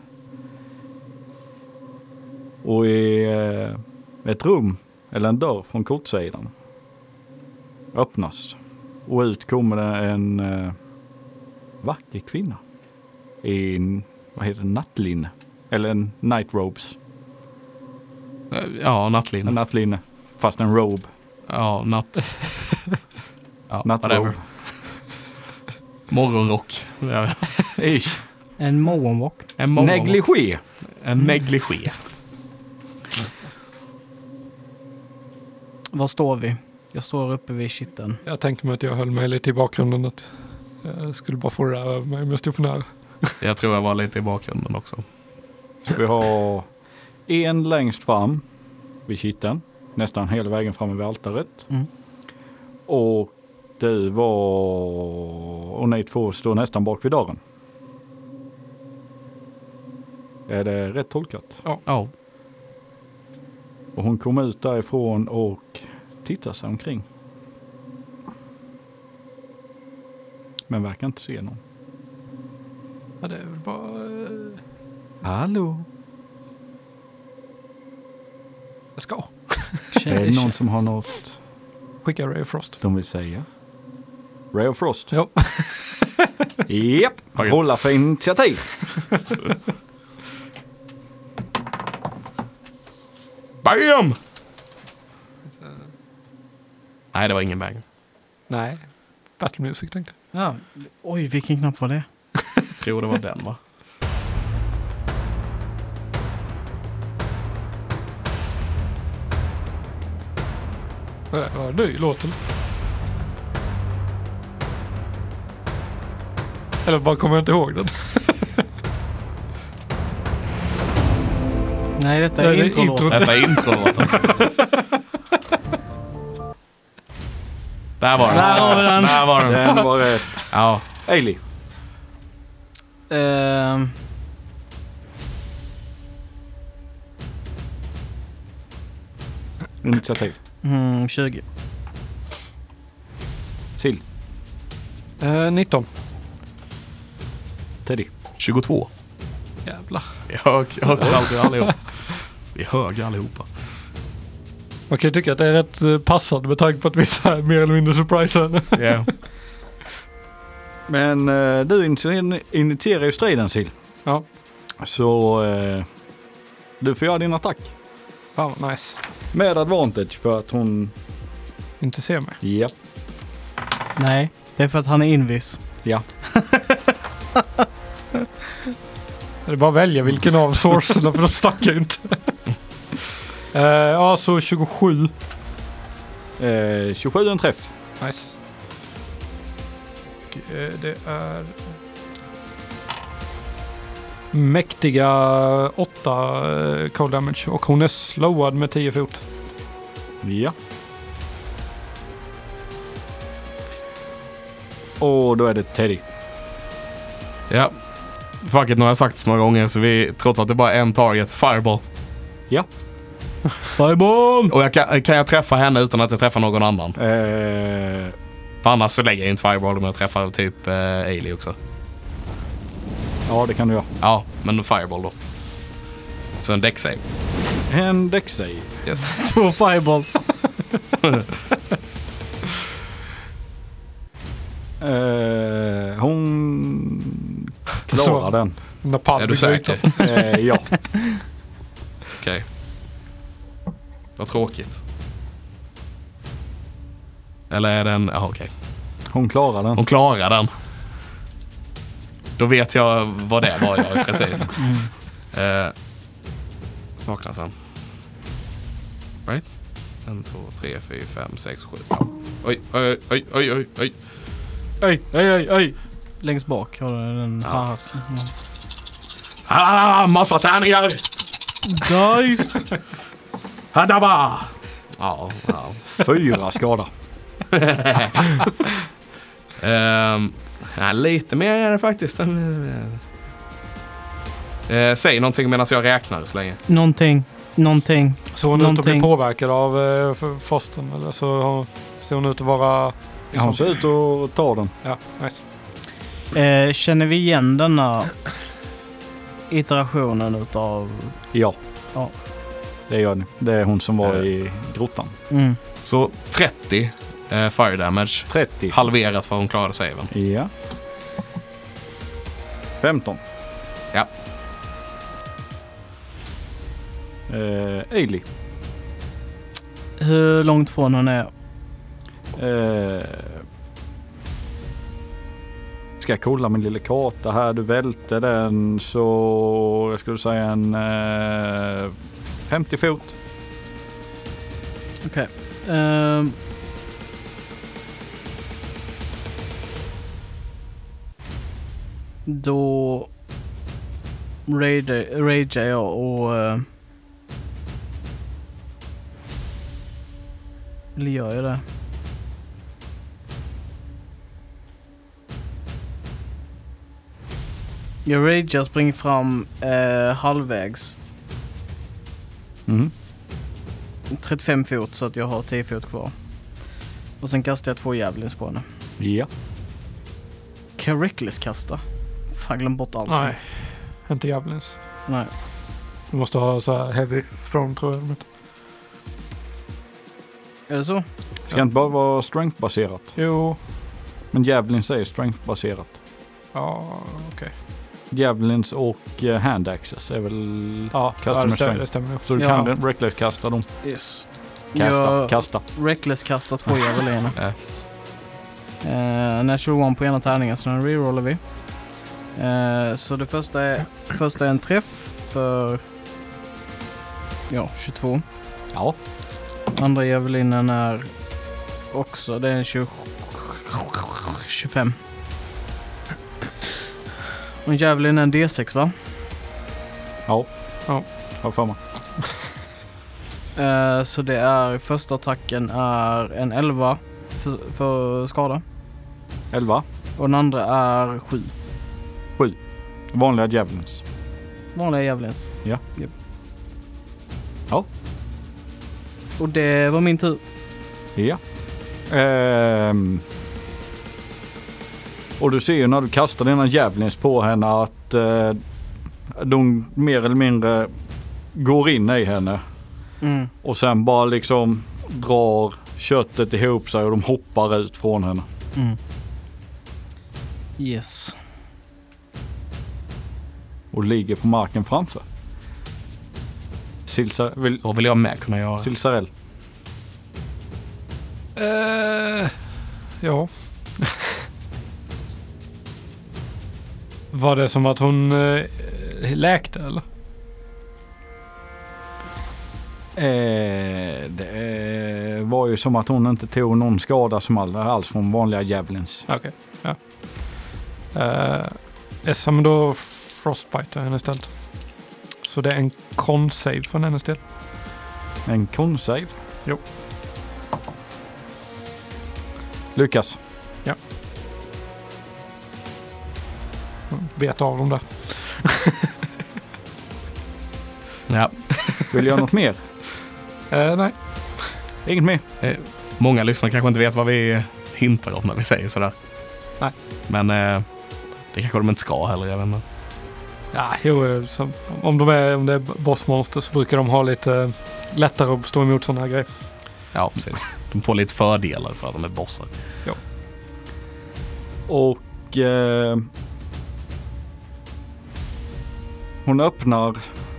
Och i eh, ett rum, eller en dörr från kortsidan, öppnas. Och ut kommer det en eh, vacker kvinna. I en, vad heter det, nattlinne. Eller en night robes. Eh, Ja, En nattlinne. nattlinne, fast en robe. Ja, natt. Ja, Nattrobe. whatever. Morgonrock. Ja. Ish. En morgonrock. En morgonrock. Negligé. En negligé. Var står vi? Jag står uppe vid kitteln. jag tänkte mig att jag höll mig lite i bakgrunden. Att jag skulle bara få det där över mig om jag stod för nära. Jag tror jag var lite i bakgrunden också. Så vi har en längst fram vid kitteln. Nästan hela vägen fram vid altaret. Mm. Och du var... Och ni två står nästan bak vid dörren. Är det rätt tolkat? Ja. Och hon kom ut därifrån och tittar sig omkring. Men verkar inte se någon. Ja, det är väl bara... eh, Hallå? Jag ska. Är det någon som har något Skicka Ray of Frost. de vill säga? Ray of Frost? Ja. Japp, Okej. hålla för initiativ. Bam! Nej, det var ingen bang. Nej. Battle Music tänkte jag. Ja. Oj, vilken knapp var det? Jag tror det var den, va? Det var en ny låt eller? Eller bara kommer jag inte ihåg den. Nej, detta är Nej, det är introlåten. intro. Detta är introlåten. Där var den. Där har vi den. Där var den. Den var rätt. Ja. Ailey. Ehm. Initiativ. Mm, tjugo. Sill. Eh, nitton. Teddy. tjugotvå. Jävlar. Vi är hög, högt alltid allihop. Vi är höga allihopa. Man kan ju tycka att det är rätt eh, passande med tanke på att vi är så här mer eller mindre surprise. Yeah. Men eh, du initierar, initierar ju striden, Sill. Ja. Så eh, du får göra din attack. Fan vad nice. Med advantage för att hon... Inte se mig. Ja. Nej, det är för att han är invis. Ja. Det är bara att välja vilken av sourcerna för de snackar ju inte. eh, ja, så tjugosju. Eh, tjugosju en träff. Nice. Och, eh, det är mäktiga åtta eh, cold damage och hon är slowad med tio fot. Ja. Och då är det Teddy. Ja. Fuck it, nu har jag sagt så många gånger så vi, trots att det bara är en target, fireball. Ja. Fireball! Och jag kan, kan jag träffa henne utan att jag träffar någon annan? Eh, För annars så lägger jag inte fireball om jag träffar typ eh, Ailey också. ja, det kan du göra. Ja, men fireball då. Så en deck save. En deck save. Yes. Två fireballs. Eh, hon klarar Så. den. Den där padden Är du säker? Eh, ja. Okej. Vad tråkigt. Eller är den... Ja, okej. Hon klarar den. Hon klarar den. Då vet jag vad det var jag precis. Eh, saknas han. Right? En, två, tre, fyra, fem, sex, sju. Ja. Oj, oj, oj, oj, oj, oj. Oj, oj, oj, oj. Längst bak har du den Ja. här. Ah, massa tärningar! Nice! Hadaba! Ja, ja. Fyra skada. Ehm, ja, lite mer är det faktiskt. Eh, säg någonting medan jag räknar så länge. Någonting. Någonting. Så hon ut att bli Någonting. påverkad av eh, för- fostern eller så har- ser hon ut att vara... Ja, hon ser ut att ta den. Ja, nice. Eh, känner vi igen denna iterationen utav... Ja. Ja. Det gör ni. Det är hon som var Eh. i grottan. Mm. Så trettio eh, fire damage. trettio. Halverat för hon klarade saven. Ja. femton. Ja. Eh, Ailey. Hur långt från hon är? Eh, ska jag kolla min lilla karta här. Du välte den så jag skulle säga en eh, femtio fot. Okej. Ehm. Då ragear ragear jag och... Uh, eller gör jag det? Jag ragear, springer fram uh, halvvägs. Mm. trettiofem fot så att jag har tio fot kvar. Och sen kastar jag två javelins på henne. Ja. Kan jag reckless kasta? Fan, glöm bort allting. Nej, inte javelins. Nej. Du måste ha så här heavy thrown tror jag. Är det så? Ska inte bara vara strength-baserat. Jo, Men Javelins är strength-baserat. ja okej. Javelins och eh, hand access är väl... Ja, Customer ja, det stämmer. strength. Det stämmer. Så du Ja. kan reckless kasta dem. Yes. Kasta, Jag kasta. reckless kastar två javeliner. Ja. Uh, natural one på ena tärningen så den rerollar vi. Uh, så det första är, första är en träff för ja, tjugotvå. Ja. Andra javelinen är också, det är en tjugo, tjugofem. Och javelin är en D sex va? Ja. Ja. Har för mig. Eh, så det är första attacken är en elva för, för skada. elva. Och den andra är sju. sju. Vanliga javelins. Vanliga javelins. Ja. Yep. Ja. Och det var min tur. Ja. Ehm. Och du ser ju när du kastar dina javelins på henne att eh, de mer eller mindre går in i henne. Mm. Och sen bara liksom drar köttet ihop sig och de hoppar ut från henne. Mm. Yes. Och ligger på marken framför. Silsar, vill, Så vill jag med kunna göra. Silsarell. Uh, ja. Var det som att hon uh, läkte eller? Eh, det var ju som att hon inte tog någon skada som all, alls från vanliga javelins. Okej, okay. Ja. Uh, yes, men då frostbite henne istället. Så det är en con-save från hennes del. En con-save? Jo. Lyckas. Ja. Bet av dem där. Ja. Vill du göra något mer? Uh, nej. Inget mer? Eh, många lyssnare kanske inte vet vad vi hintar om när vi säger sådär. Nej. Men eh, det kanske de inte ska heller, jag vet inte. Ja, jo, så, om, de är, om det är bossmonster så brukar de ha lite lättare att stå emot sådana här grejer. Ja, precis. De får lite fördelar för att de är bossar. Ja. Och eh, hon öppnar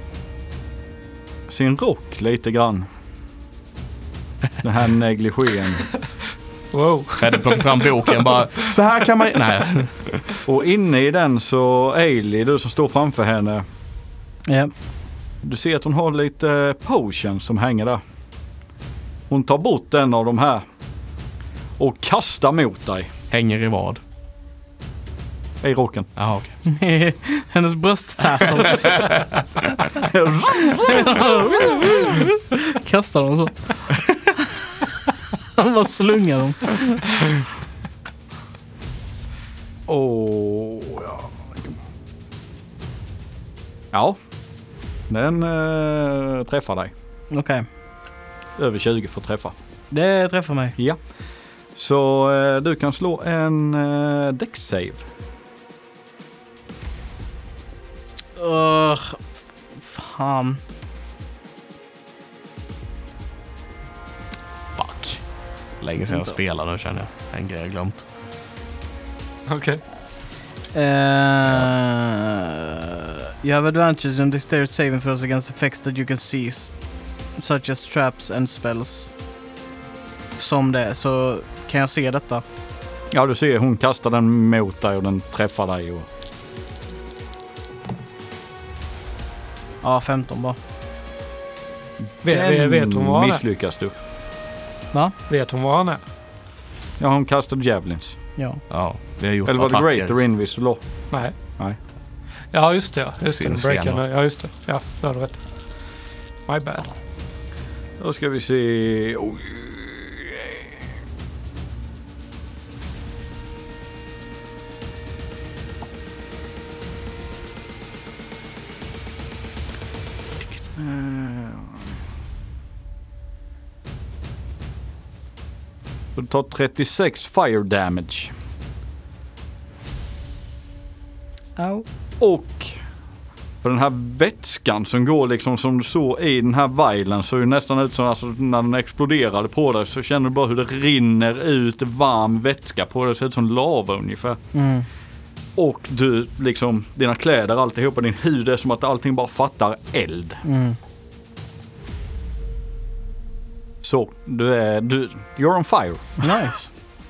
sin rock lite grann. Den här negligén. Wow. Fredde plockar fram boken bara, så här kan man... Nej. Och inne i den så Ailey, du som står framför henne. Ja. Du ser att hon har lite potions som hänger där. Hon tar bort en av de här och kastar mot dig Hänger i vad? i rocken. Jaha, okej. Hennes brösttassels. Kastar dem så. Han bara slungar dem. Åh, ja. Ja, den äh, träffar dig. Okej. Okay. Över tjugo för att träffa. Det träffar mig. Ja. Så äh, du kan slå en äh, dex save. Uh, fan. Fuck. Länge sedan jag spelade nu, känner jag. En grej jag glömt. Okej. Okay. Uh, you have advantages on dexterity saving throws against effects that you can see, such as traps and spells. Som det, så kan jag se detta. Ja, du ser, hon kastar den mot dig och den träffar dig. Och... Ja, femton bara. Vet, vet, vet hon vad han är? Misslyckas du. Va? Vet hon vad han är? Ja, hon kastade javelins. Ja. Ja, vi har gjort Eller var det attacker. greater invisible? Nej. Nej. Ja, just det. Ja, just det. Syns Breaken. igen. Ja, just det. Ja, det har du rätt. My bad. Då ska vi se... Oj. Du tar trettiosex fire damage. Au. Och för den här vätskan som går liksom som du såg i den här vilen så är det nästan ut som alltså, när den exploderade på dig så känner du bara hur det rinner ut varm vätska på dig. Det ser ut som lava ungefär. Mm. Och du liksom, dina kläder, alltihopa, din hud är som att allting bara fattar eld. Mm. Så, du är, du, you're on fire. Nice.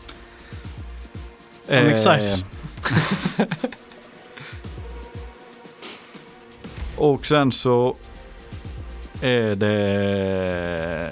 I'm excited. Och sen så är det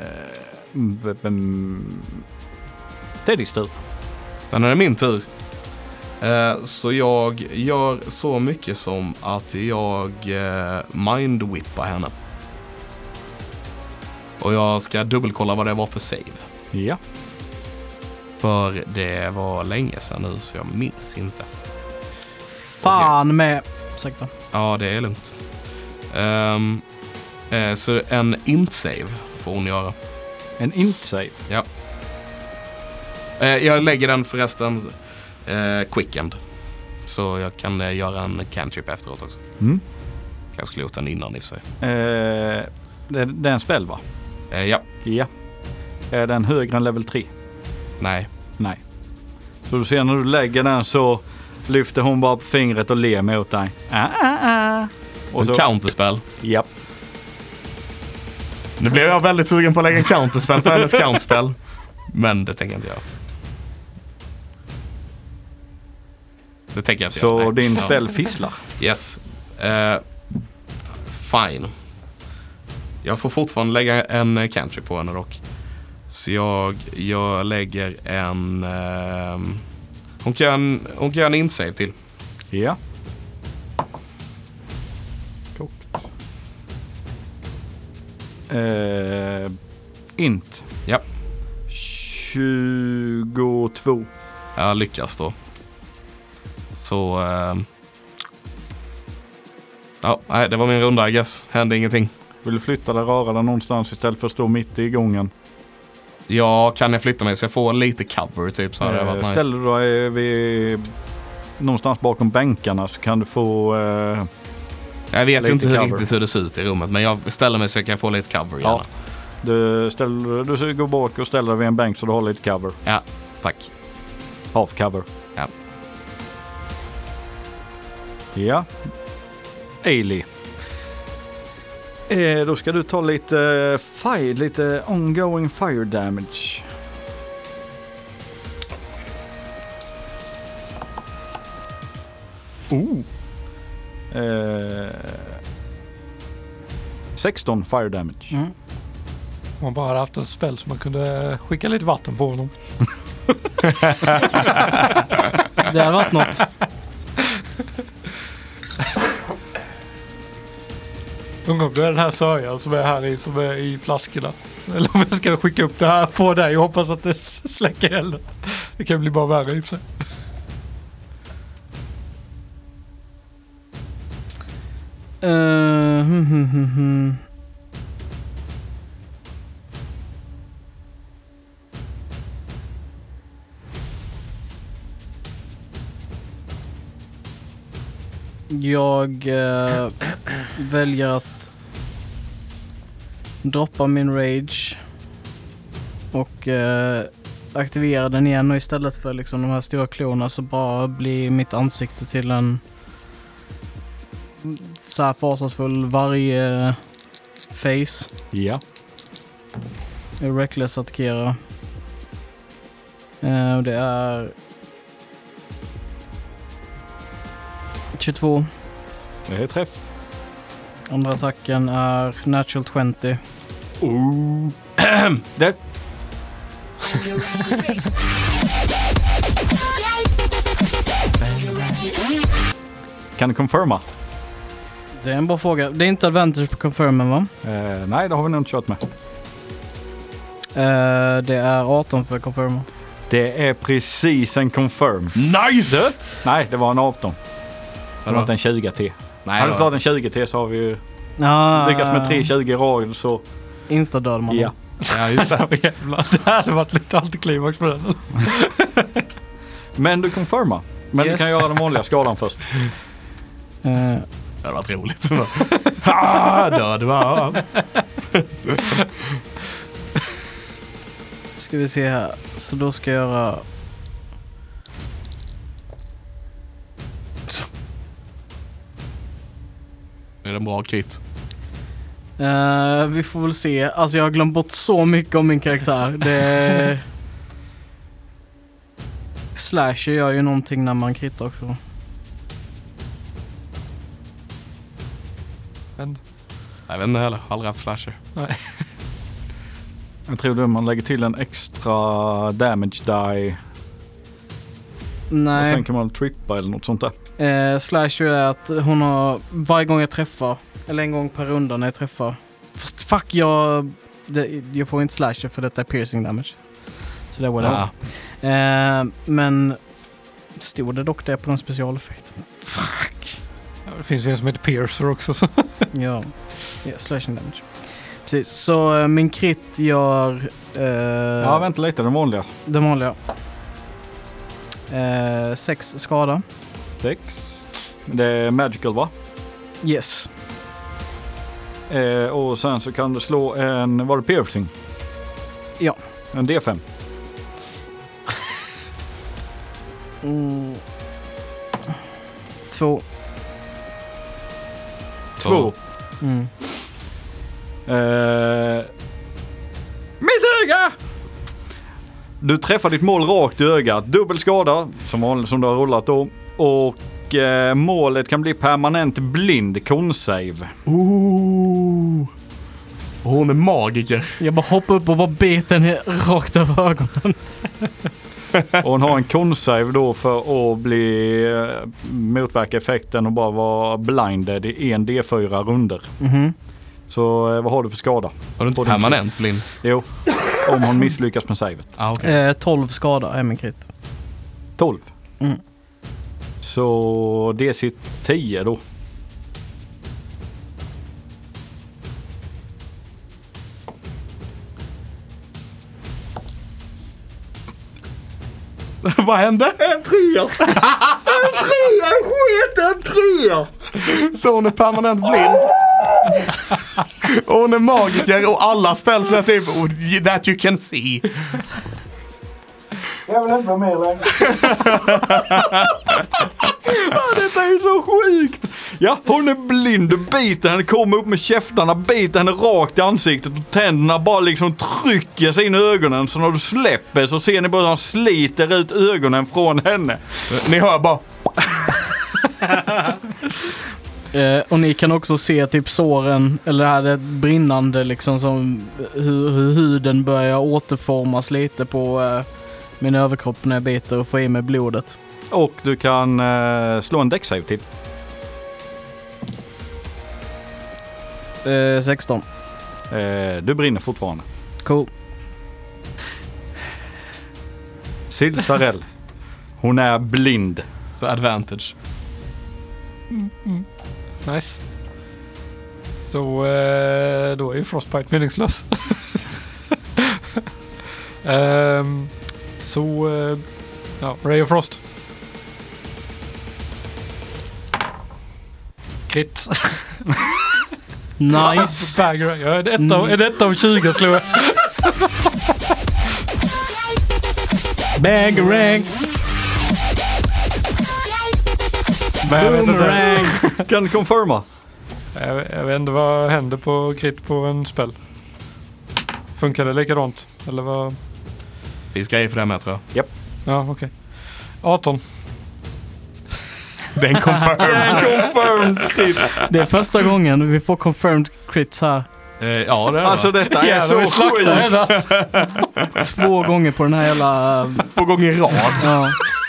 Teddys tur. Sen är det min tur. Eh, så jag gör så mycket som att jag eh, mind-whippar henne. Och jag ska dubbelkolla vad det var för save. Ja. För det var länge sedan nu så jag minns inte. Fan med... Ursäkta. Ja, det är lugnt. Um, eh, så en int-save får hon göra. En int-save? Ja. Eh, jag lägger den förresten eh, quickend. Så jag kan eh, göra en cantrip efteråt också. Mm. Jag skulle gjort den innan i och för sig. Eh, det, det är en spell, va? Eh, ja. Ja. Är den högre än level tre? Nej. Nej. Så du ser när du lägger den så lyfter hon bara på fingret och ler mot dig. Ah, ah, ah. Och så counterspell. Japp. Nu blev jag väldigt sugen på att lägga en counterspell på hennes counterspell. Men det tänker jag inte göra. Det tänker jag inte Så göra. Nej. din Ja. spell fisslar? Yes. Uh, fine. Jag får fortfarande lägga en cantrip på henne dock. Så jag, jag lägger en... Uh, hon kan göra en, hon kan göra en insave till. Ja. Coolt. Uh, int. Ja. tjugotvå. Jag lyckas då. Så... Uh, ja, nej, det var min runda, I guess. Hände ingenting. Vill du flytta dig, röra dig någonstans istället för att stå mitt i gången? Ja, kan jag flytta mig så jag får lite cover typ så hade det varit nice. Ställer du dig vid någonstans bakom bänkarna så kan du få... Uh, jag vet ju inte hur cover. riktigt hur det ser ut i rummet, men jag ställer mig så jag kan få lite cover gärna. Ja. Du, ställer, du ska gå bak och ställa dig vid en bänk så du har lite cover. Ja, tack. Half cover. Ja. Ja. Ailey. Eh, då ska du ta lite uh, fire, lite ongoing fire damage. Oh. Eh, sexton fire damage. Mm. Om man bara hade haft en spel så man kunde skicka lite vatten på honom. Det hade varit något. Undrar om det är den här sörjan som är här i, som är i flaskorna. Eller om jag ska skicka upp det här på dig och hoppas att det släcker elden. Det kan bli bara värre i och för sig. Uh, hm, hm, hm, hm. Jag uh, väljer att droppa min rage och uh, aktivera den igen, och istället för liksom de här stora klorna så bara blir mitt ansikte till en så här fasansfull varje face. Ja. Reckless attackera. Uh, det är tjugotvå. Det är träff. Andra attacken är natural tjugo. Oh. Det. Kan du confirma? Det är en bra fråga. Det är inte advantage på confirmen, va? Eh, nej, det har vi nog inte kört med. Uh, det är arton för confirma. Det är precis en confirm. Nice! Nej, det var en arton. Det var inte en tjugo T. Nej, Hade du då. slagit en tjugo T så har vi ju Ah, lyckats med tre tjugo i rad så... Insta-död man. Ja. Ja, just det. Det hade varit lite antiklimax på den. Men du confirma. Men Yes. du kan göra den vanliga skadan först. Uh, Det hade varit roligt. Ha, död, va? ska vi se här. Så då ska jag göra... Är det en bra kit? Uh, vi får väl se. Alltså jag har glömt bort så mycket om min karaktär. Det... Slasher gör ju någonting när man kritar också. Men Jag vet inte heller. Aldrig haft slasher. nej. Jag tror du man lägger till en extra damage die. Och Nej. sen kan man trippa eller något sånt där. Eh, slasher är att hon har varje gång jag träffar, eller en gång per runda när jag träffar. Fast fuck, jag det, jag får inte slasher för detta är piercing damage. Så det var det. Ja. Eh, men stod det dock det på den specialeffekten? Fuck. Ja, det finns ju en som heter Piercer också. Så. Ja, ja slashing damage. Precis, så eh, min krit gör... Eh, Ja, vänta lite, den vanliga. Den vanliga. Eh, sex skada. Sex. Det är magical, va? Yes. Eh, och sen så kan du slå en, var det piercing? Ja. En D fem. Mm. Två. Två. Mm. Eh, mitt öga! Du träffar ditt mål rakt i ögat. Dubbel skada, som vanligt som du har rullat då. Och eh, målet kan bli permanent blind konsave. Ooh. Och hon är magiker. Jag bara hoppar upp och bara bet den rakt över ögonen. Och hon har en konsave då för att bli eh, motverka effekten och bara vara blinded i en D fyra runder. Mhm. Så eh, vad har du för skada? Har du inte På din permanent blind? Jo, om hon misslyckas med savet. Ah, okay. Eh, tolv skada är min krit. tolv. Mm. Så D C tio då. Vad hände? En trea! En trea! Skit, en trea! Så hon är permanent blind. Och hon är magiker och alla spel så är typ oh, that you can see. Jag vill inte vara med längre. ah, detta är så sjukt. Ja, hon är blind. Du biter henne, kommer upp med käftarna, biter henne rakt i ansiktet och tänderna bara liksom trycker sig in i ögonen. Så när du släpper så ser ni bara att han sliter ut ögonen från henne. Ni hör bara. Eh, och ni kan också se typ såren, eller det här det brinnande liksom som hur, hur huden börjar återformas lite på eh, min överkropp när jag biter och får i mig blodet. Och du kan eh, slå en deck save till. Eh, sexton. Eh, du brinner fortfarande. Cool. Silsarell. Hon är blind. Så advantage. Nice. Så eh, då är ju Frostbite meningslös. um, så eh, ja, Ray of Frost. Crit. Nice. Bag, ja, är det ett av, är det ett av tjugo slår jag. Bangarang. Men jag vet inte. Boomerang. Kan du confirma? Jag, jag vet inte vad händer på crit på en spel. Funkar det likadant? Eller vad? Finns grejer för det med tror jag. Ja, okej. Okay. arton. Den confirm. Confirmed crit. Det är första gången vi får confirmed crits här. eh, ja det är Alltså det. detta är Ja, så de slaktar sjukt. henne. Två gånger på den här hela... Två gånger i rad. Ja.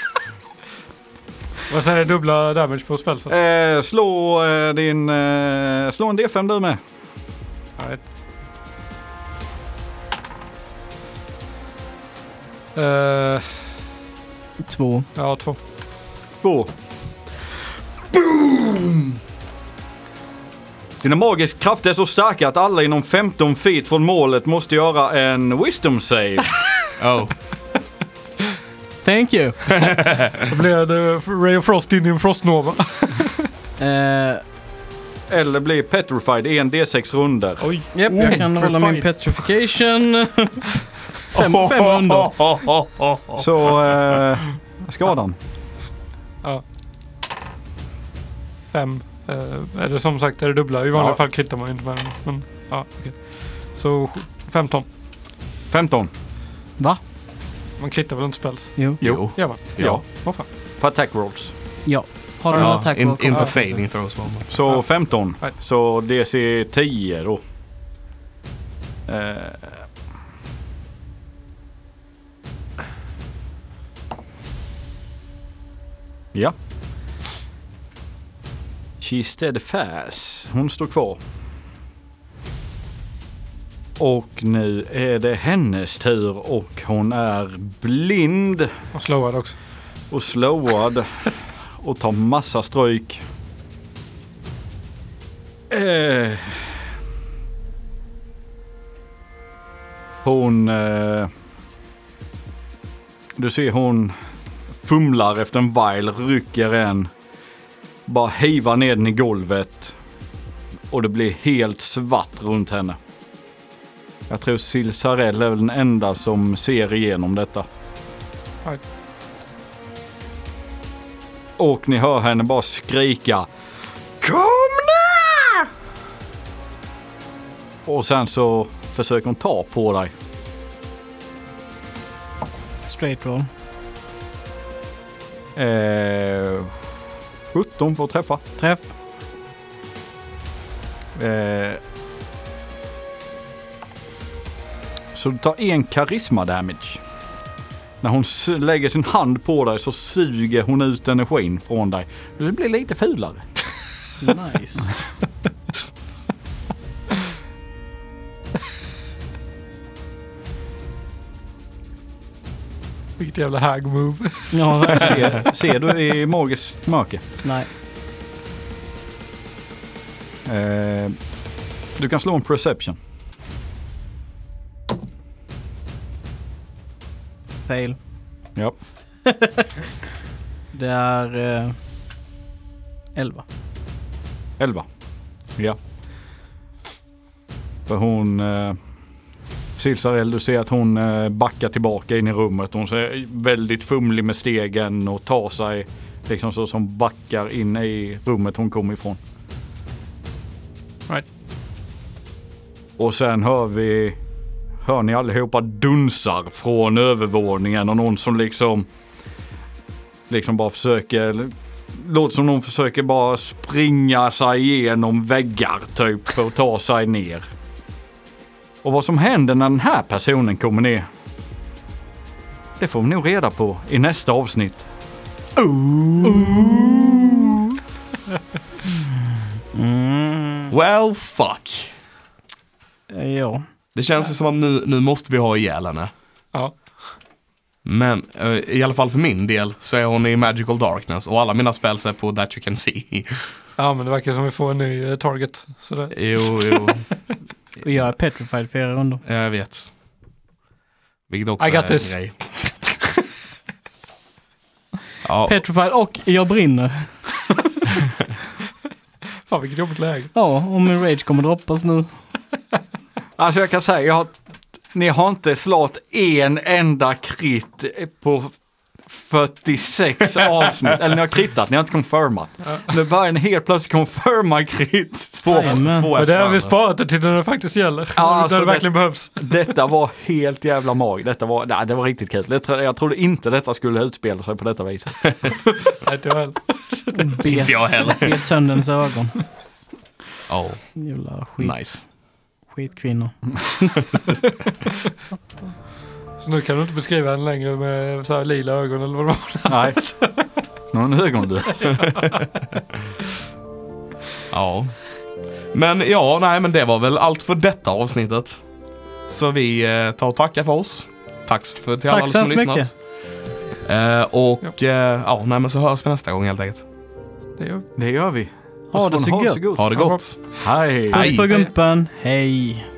Vad säger det dubbla damage på spel? Så? Eh, slå eh, din... Eh, slå en D fem du med. Nej. Uh, Två. ja, två. Två. Boom! Dina magiska krafter är så starka att alla inom femton feet från målet måste göra en wisdom save. Oh. Thank you. Då blev det Ray of Frost in i en Frostnova. Eh, Eller bli petrified i en D sex runder. Oj. Japp, jag kan hålla min petrification. Fem, fem runder. Så eh, skadan. Ja. Fem. Uh, är det som sagt är det dubbla? I vanliga Ja. fall krittar man ju inte med den. Men, ja, okej. Så femton. femton. Va? Man krittar väl inte spells? Jo. Jo. Gör man? Ja. Vad fan? På attack rolls. Ja. Har du en Ja, attack in, roll? inte Ja, saving throws. bara. Så Ja. femton. Nej. Så D C tio då. Eh. Ja. She steadfast. Hon står kvar. Och nu är det hennes tur och hon är blind Och slowad också. och slowad och tar massa stryk. Eh. Hon... Eh. Du ser hon fumlar efter en vial, rycker en, bara hivar ner den i golvet och det blir helt svart runt henne. Jag tror Silsarell är väl den enda som ser igenom detta. Oj. Och ni hör henne bara skrika: Kom ner! Och sen så försöker hon ta på dig. Straight roll. Eh, sjutton får träffa. Träff. Eh, så du tar en karisma damage. När hon s- lägger sin hand på dig så suger hon ut energin från dig. Det blir lite fulare. Nice. Vilket jävla hag move. Ja, Ser, ser du i magiskt mörker? nej. Eh, du kan slå en perception. Fail. Ja. Det är eh, elva. elva. Ja. För hon... Eh, Silsarell, du ser att hon eh, backar tillbaka in i rummet. Hon ser väldigt fumlig med stegen och tar sig liksom så som backar in i rummet hon kommer ifrån. Right. Och sen hör vi... Hör ni allihopa dunsar från övervåningen och någon som liksom... Liksom bara försöker... Låter som någon försöker bara springa sig igenom väggar typ för att ta sig ner. Och vad som händer när den här personen kommer ner, det får vi nog reda på i nästa avsnitt. Mm. Well, fuck. Ja. Det känns ju som att nu, nu måste vi ha ihjäl henne. Ja. Men eh, i alla fall för min del så är hon i Magical Darkness och alla mina spells är på That You Can See. Ja, men det verkar som vi får en ny eh, target. Så det... Jo, jo. Och jag är petrified flera runder. Jag vet. Vilket också I got är this. en grej. Ja, Petrified och jag brinner. Fan, vilket jobbigt läge. Ja, och min rage kommer droppas nu. Alltså jag kan säga, jag har, ni har inte slått en enda krit på fyrtiosex avsnitt. Eller ni har krittat, ni har inte confirmat. Nu börjar ni helt plötsligt confirma krit. två, Jajamän. två Men efter det har vi varandra. sparat det till när det faktiskt gäller. Ja, när alltså det det- verkligen behövs. Detta var helt jävla mag. Detta var, nej, det var riktigt kul. Jag, tro, jag trodde inte detta skulle utspela sig på detta viset. Nej, det var... Bet, Inte jag heller. bet sönder ens ögon. Oh, Jävla skit, nice. skitkvinnor. Så nu kan du inte beskriva henne längre med så här lila ögon eller vad det var. Nej. Någon ögon du. Ja. Men ja, nej men det var väl allt för detta avsnittet. Så vi eh, tar och tackar för oss. Tack för till Tack alla så som hemskt lyssnat. mycket. Eh, och eh, ja, nej men så hörs vi nästa gång helt enkelt. Det gör vi. Det gör vi. Ha det så Ha gött. det så gott. Ha det gott. Hej. Puss på gumpen. Hej.